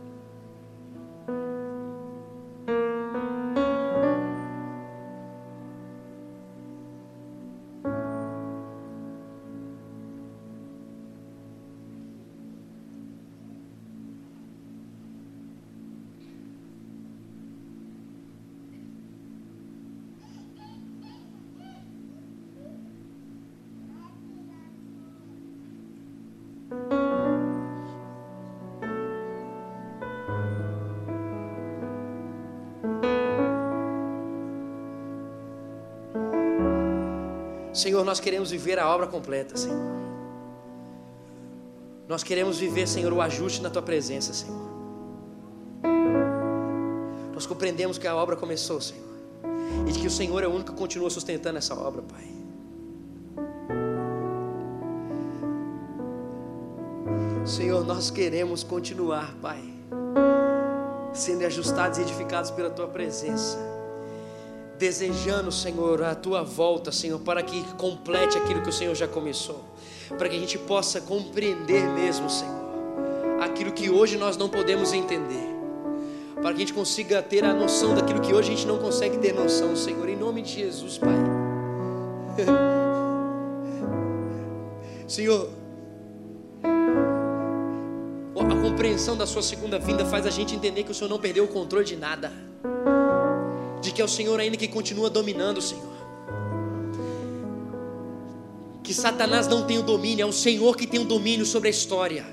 Senhor, nós queremos viver a obra completa, Senhor. Nós queremos viver, Senhor, o ajuste na Tua presença, Senhor. Nós compreendemos que a obra começou, Senhor, e de que o Senhor é o único que continua sustentando essa obra, Pai. Senhor, nós queremos continuar, Pai, sendo ajustados e edificados pela Tua presença, desejando, Senhor, a Tua volta, Senhor, para que complete aquilo que o Senhor já começou, para que a gente possa compreender mesmo, Senhor, aquilo aquilo que hoje nós não podemos entender, para que a gente consiga ter a noção daquilo que hoje a gente não consegue ter noção, Senhor, em nome de Jesus, Pai. Senhor, a compreensão da sua segunda vinda faz a gente entender que o Senhor não perdeu o controle de nada, de que é o Senhor ainda que continua dominando, Senhor, que Satanás não tem o domínio, é o Senhor que tem o domínio sobre a história,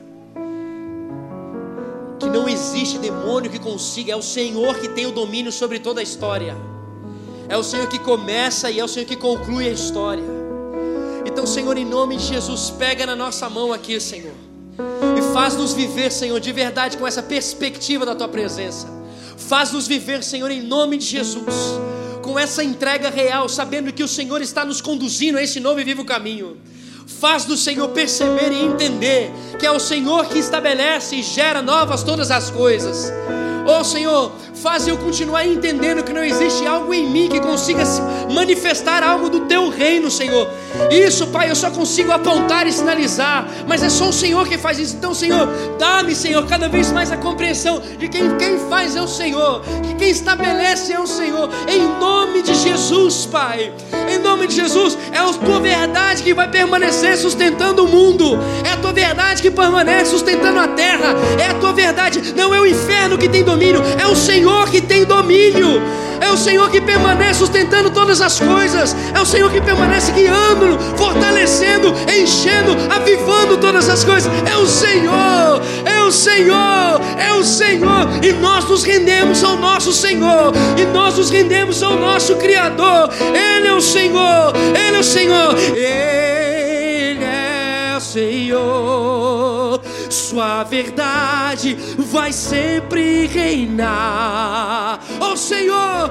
que não existe demônio que consiga, é o Senhor que tem o domínio sobre toda a história, é o Senhor que começa e é o Senhor que conclui a história. Então, Senhor, em nome de Jesus, pega na nossa mão aqui, Senhor, e faz-nos viver, Senhor, de verdade com essa perspectiva da Tua presença. Faz-nos viver, Senhor, em nome de Jesus, com essa entrega real, sabendo que o Senhor está nos conduzindo a esse novo e vivo caminho. Faz-nos, Senhor, perceber e entender que é o Senhor que estabelece e gera novas todas as coisas. Oh, Senhor, faz eu continuar entendendo que não existe algo em mim que consiga manifestar algo do Teu reino, Senhor. Isso, Pai, eu só consigo apontar e sinalizar, mas é só o Senhor que faz isso. Então, Senhor, dá-me, Senhor, cada vez mais a compreensão de que quem faz é o Senhor, que quem estabelece é o Senhor. Em nome de Jesus, Pai, em nome de Jesus, é a Tua verdade que vai permanecer sustentando o mundo, é a Tua verdade que permanece sustentando a terra, é a Tua verdade, não é o inferno que tem domínio, é o Senhor que tem domínio, é o Senhor que permanece sustentando todas as coisas, é o Senhor que permanece guiando, fortalecendo, enchendo, avivando todas as coisas. É o Senhor, é o Senhor, é o Senhor, e nós nos rendemos ao nosso Senhor, e nós nos rendemos ao nosso Criador. Ele é o Senhor, Ele é o Senhor, Ele é o Senhor. Sua verdade vai sempre reinar. Ó Senhor,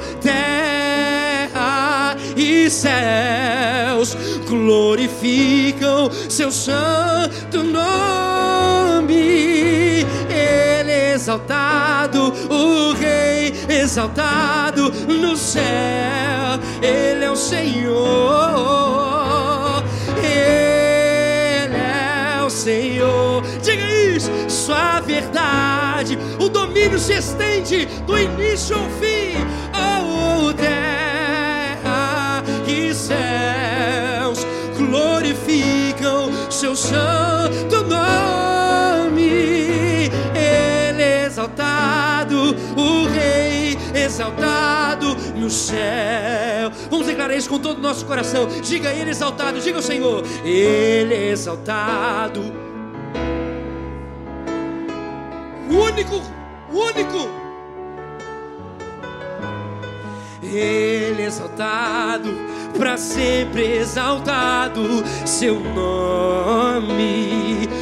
terra e céus glorificam Seu santo nome. Ele é exaltado, o Rei exaltado no céu. Ele é o Senhor, Ele é o Senhor. Diga isso, sua verdade, o domínio se estende do início ao fim. Oh, terra e céus glorificam Seu santo nome. Ele é exaltado, o Rei exaltado no céu. Vamos declarar isso com todo o nosso coração. Diga Ele exaltado, diga o Senhor, Ele é exaltado. O único. Ele é exaltado, para sempre exaltado, Seu nome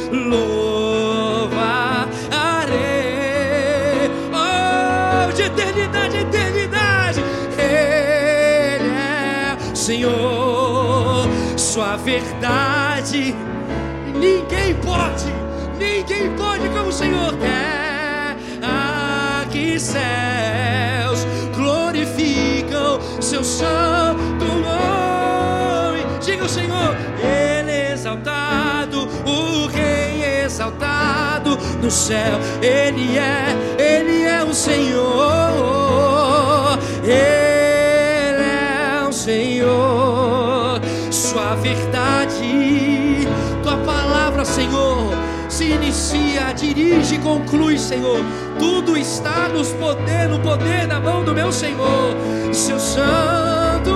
louvarei. Oh, de eternidade a eternidade, Ele é Senhor. Sua verdade ninguém pode como o Senhor quer. Aqui céus glorificam Seu santo nome. Diga o Senhor, Ele é exaltado, o Rei exaltado no céu. Ele é o Senhor, Ele é o Senhor. Sua verdade, Tua palavra, Senhor, se inicia, dirige e conclui, Senhor. Tudo está no poder da mão do meu Senhor. Seu santo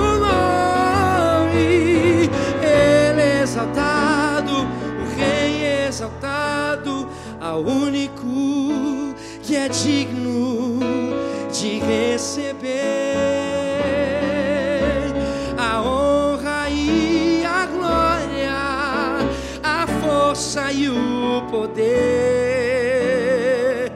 nome. Ele é exaltado, o Rei exaltado, ao único que é digno de receber a honra e a glória, a força e o poder.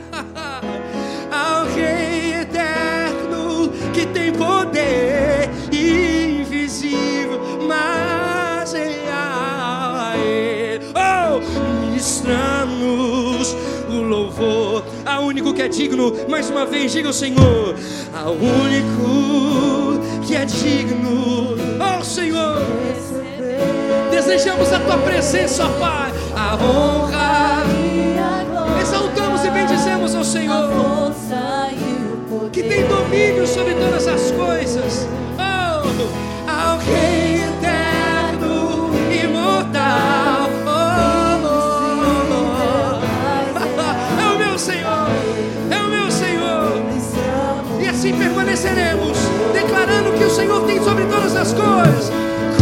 Ao Rei eterno que tem poder invisível, mas real a Ele. Oh, ministramos o louvor ao único que é digno. Mais uma vez, diga o Senhor, ao único que é digno. Oh, Senhor, desejamos a Tua presença, ó Pai, a honra e a glória. Senhor, que tem domínio sobre todas as coisas. Oh, ao Rei eterno, imortal. É o meu Senhor, é o meu Senhor. E assim permaneceremos, declarando que o Senhor tem sobre todas as coisas.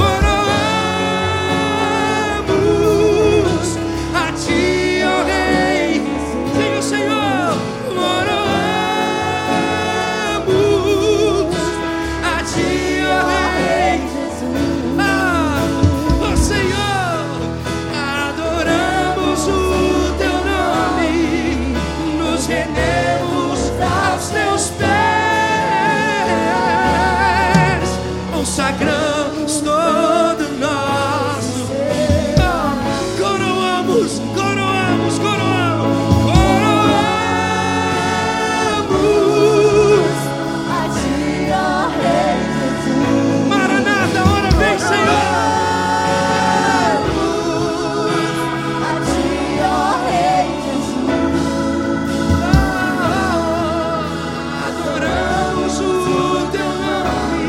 Consagramos todo nosso coroamos, coroamos, coroamos, coroamos a Ti, ó Rei Jesus. Maranata, ora vem, Senhor. A Ti, ó Rei Jesus. Adoramos o Teu nome.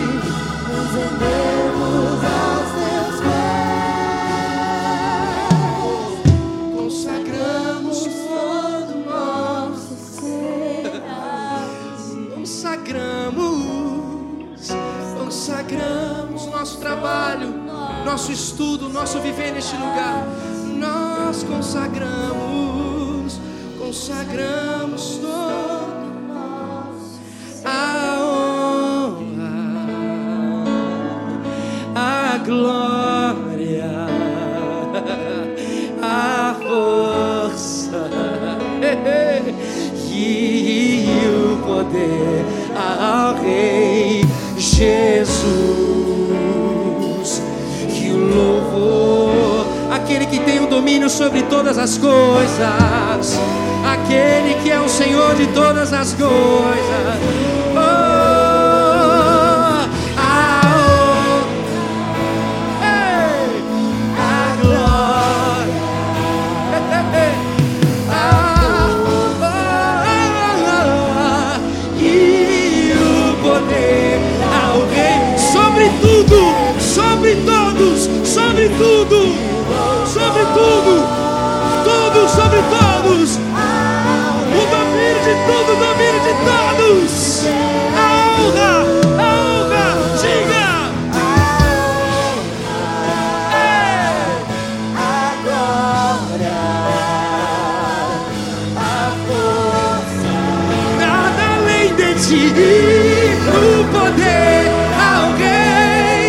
Consagramos nosso trabalho, nosso estudo, nosso viver neste lugar. Nós consagramos todo a honra, a glória, a força e o poder ao Rei Jesus, que o louvor, aquele que tem o domínio sobre todas as coisas, aquele que é o Senhor de todas as coisas. Sobre todos, sobre tudo, sobre tudo, tudo sobre todos, o domínio de tudo, o domínio de todos, a honra, diga, a glória, a força, nada além de ti, o poder, alguém.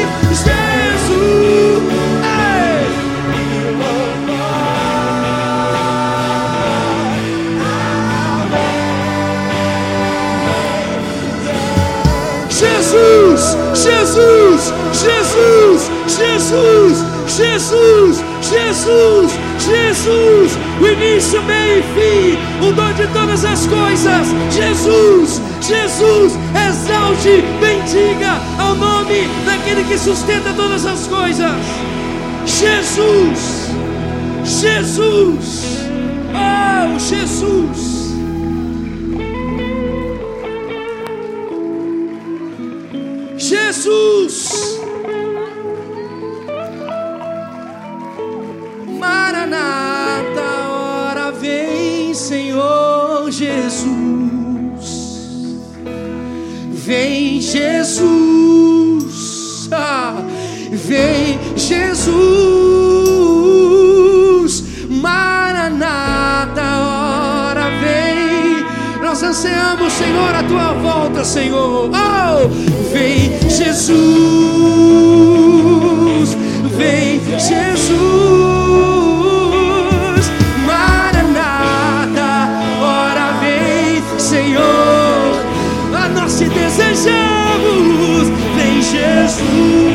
Jesus, Jesus, Jesus, Jesus, Jesus, Jesus, Jesus, o início, meio e fim, o dom de todas as coisas. Jesus, Jesus, exalte, bendiga ao nome daquele que sustenta todas as coisas. Jesus, Jesus, oh Jesus. Jesus, Maranata, ora vem, Senhor Jesus, vem Jesus, vem Jesus, Maranata, ora vem. Nós ansiamos, Senhor, a Tua volta, Senhor. Oh, vem Jesus, vem Jesus, Maranata, ora vem, Senhor. A nós te desejamos, vem Jesus.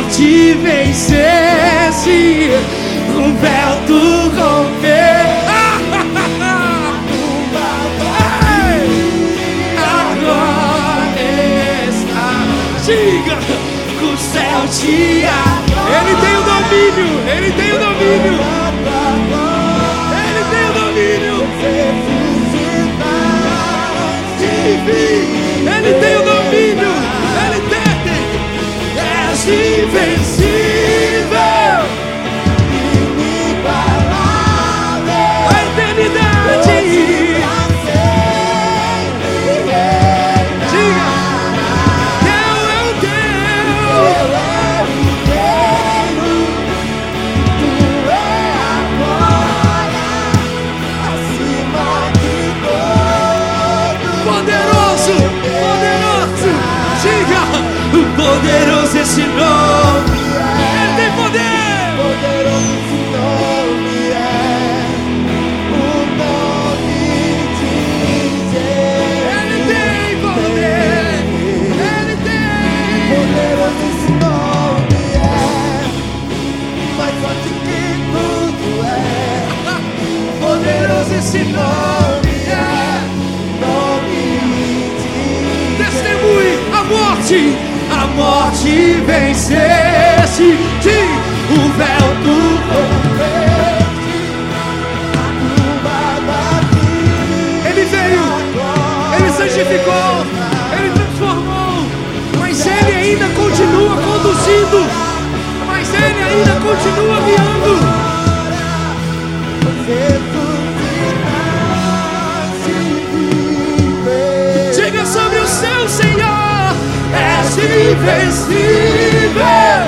morte vencesse, o véu tu rompeu. Agora está. Diga, o céu te adora. Ele tem o domínio, ele tem o domínio. Ele tem o domínio. Ele tem o domínio. Ele tem. És invencível, inigualável, a eternidade. Diga, teu é o teu, tu é agora, acima de todo. Poderoso, poderoso, diga, o poderoso esse nome é. Ele tem poder. Poderoso esse nome é. O nome de Jesus. Ele tem poder. Ele tem. Poderoso esse nome é. Mais forte que tudo é. Poderoso esse nome é. Nome de Jesus. Testemunhe a morte. A morte vencesse, o véu tu rompeste, a tumba batida. Ele veio, ele santificou, ele transformou, mas ele ainda continua conduzindo, mas ele ainda continua guiando. Diga sobre o seu Senhor. És invencível,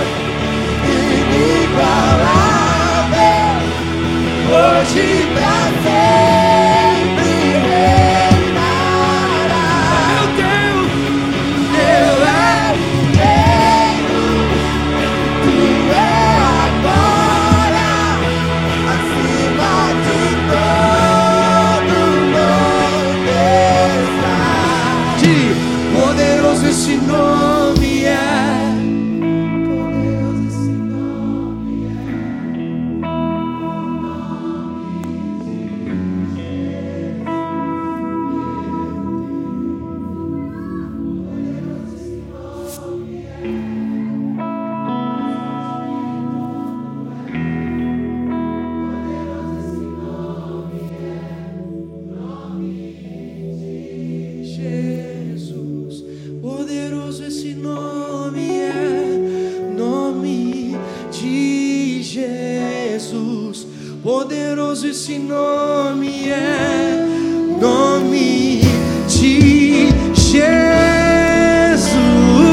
inigualável, hoje pra sempre reinará. Meu Deus, eu é o reino, tu é agora, acima de todo nome está. Poderoso esse nome é. Poderoso esse nome é. Poderoso esse nome é, nome de Jesus. Poderoso esse nome é, nome de Jesus.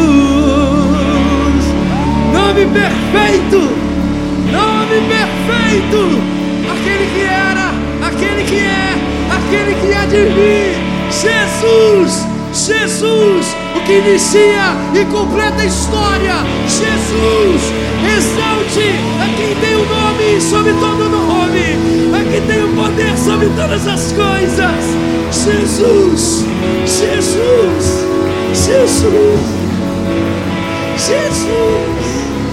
Nome perfeito, nome perfeito. Aquele que era, aquele que é, aquele que há de vir. Jesus, Jesus. O que inicia e completa a história. Jesus, exalte a quem tem o nome sobre todo nome, a quem tem o poder sobre todas as coisas. Jesus, Jesus, Jesus, Jesus,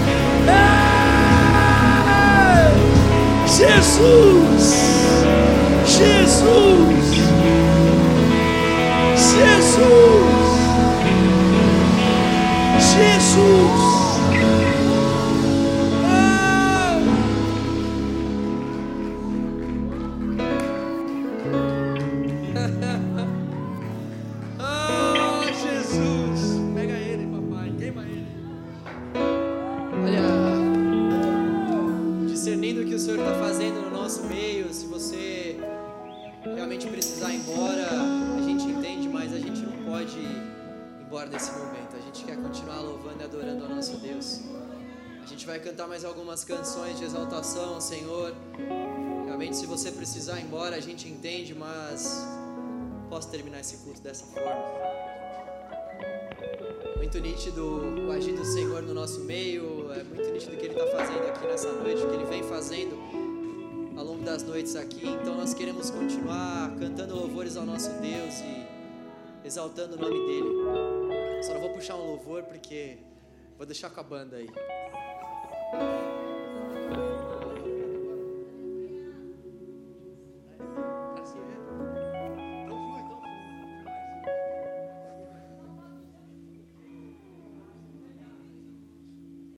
Jesus, Jesus, Jesus. Jesus. Oh, Jesus. Pega ele, papai. Queima ele. Olha, discernindo o que o Senhor está fazendo no nosso meio, se você realmente precisar ir embora, a gente entende, mas a gente não pode ir embora desse momento. A gente quer continuar louvando e adorando ao nosso Deus. A gente vai cantar mais algumas canções de exaltação ao Senhor. Realmente, se você precisar ir embora, a gente entende, mas posso terminar esse culto dessa forma. Muito nítido o agir do Senhor no nosso meio. É muito nítido o que Ele está fazendo aqui nessa noite, o que Ele vem fazendo ao longo das noites aqui. Então nós queremos continuar cantando louvores ao nosso Deus e exaltando o nome dEle. Só não vou puxar um louvor porque vou deixar com a banda aí.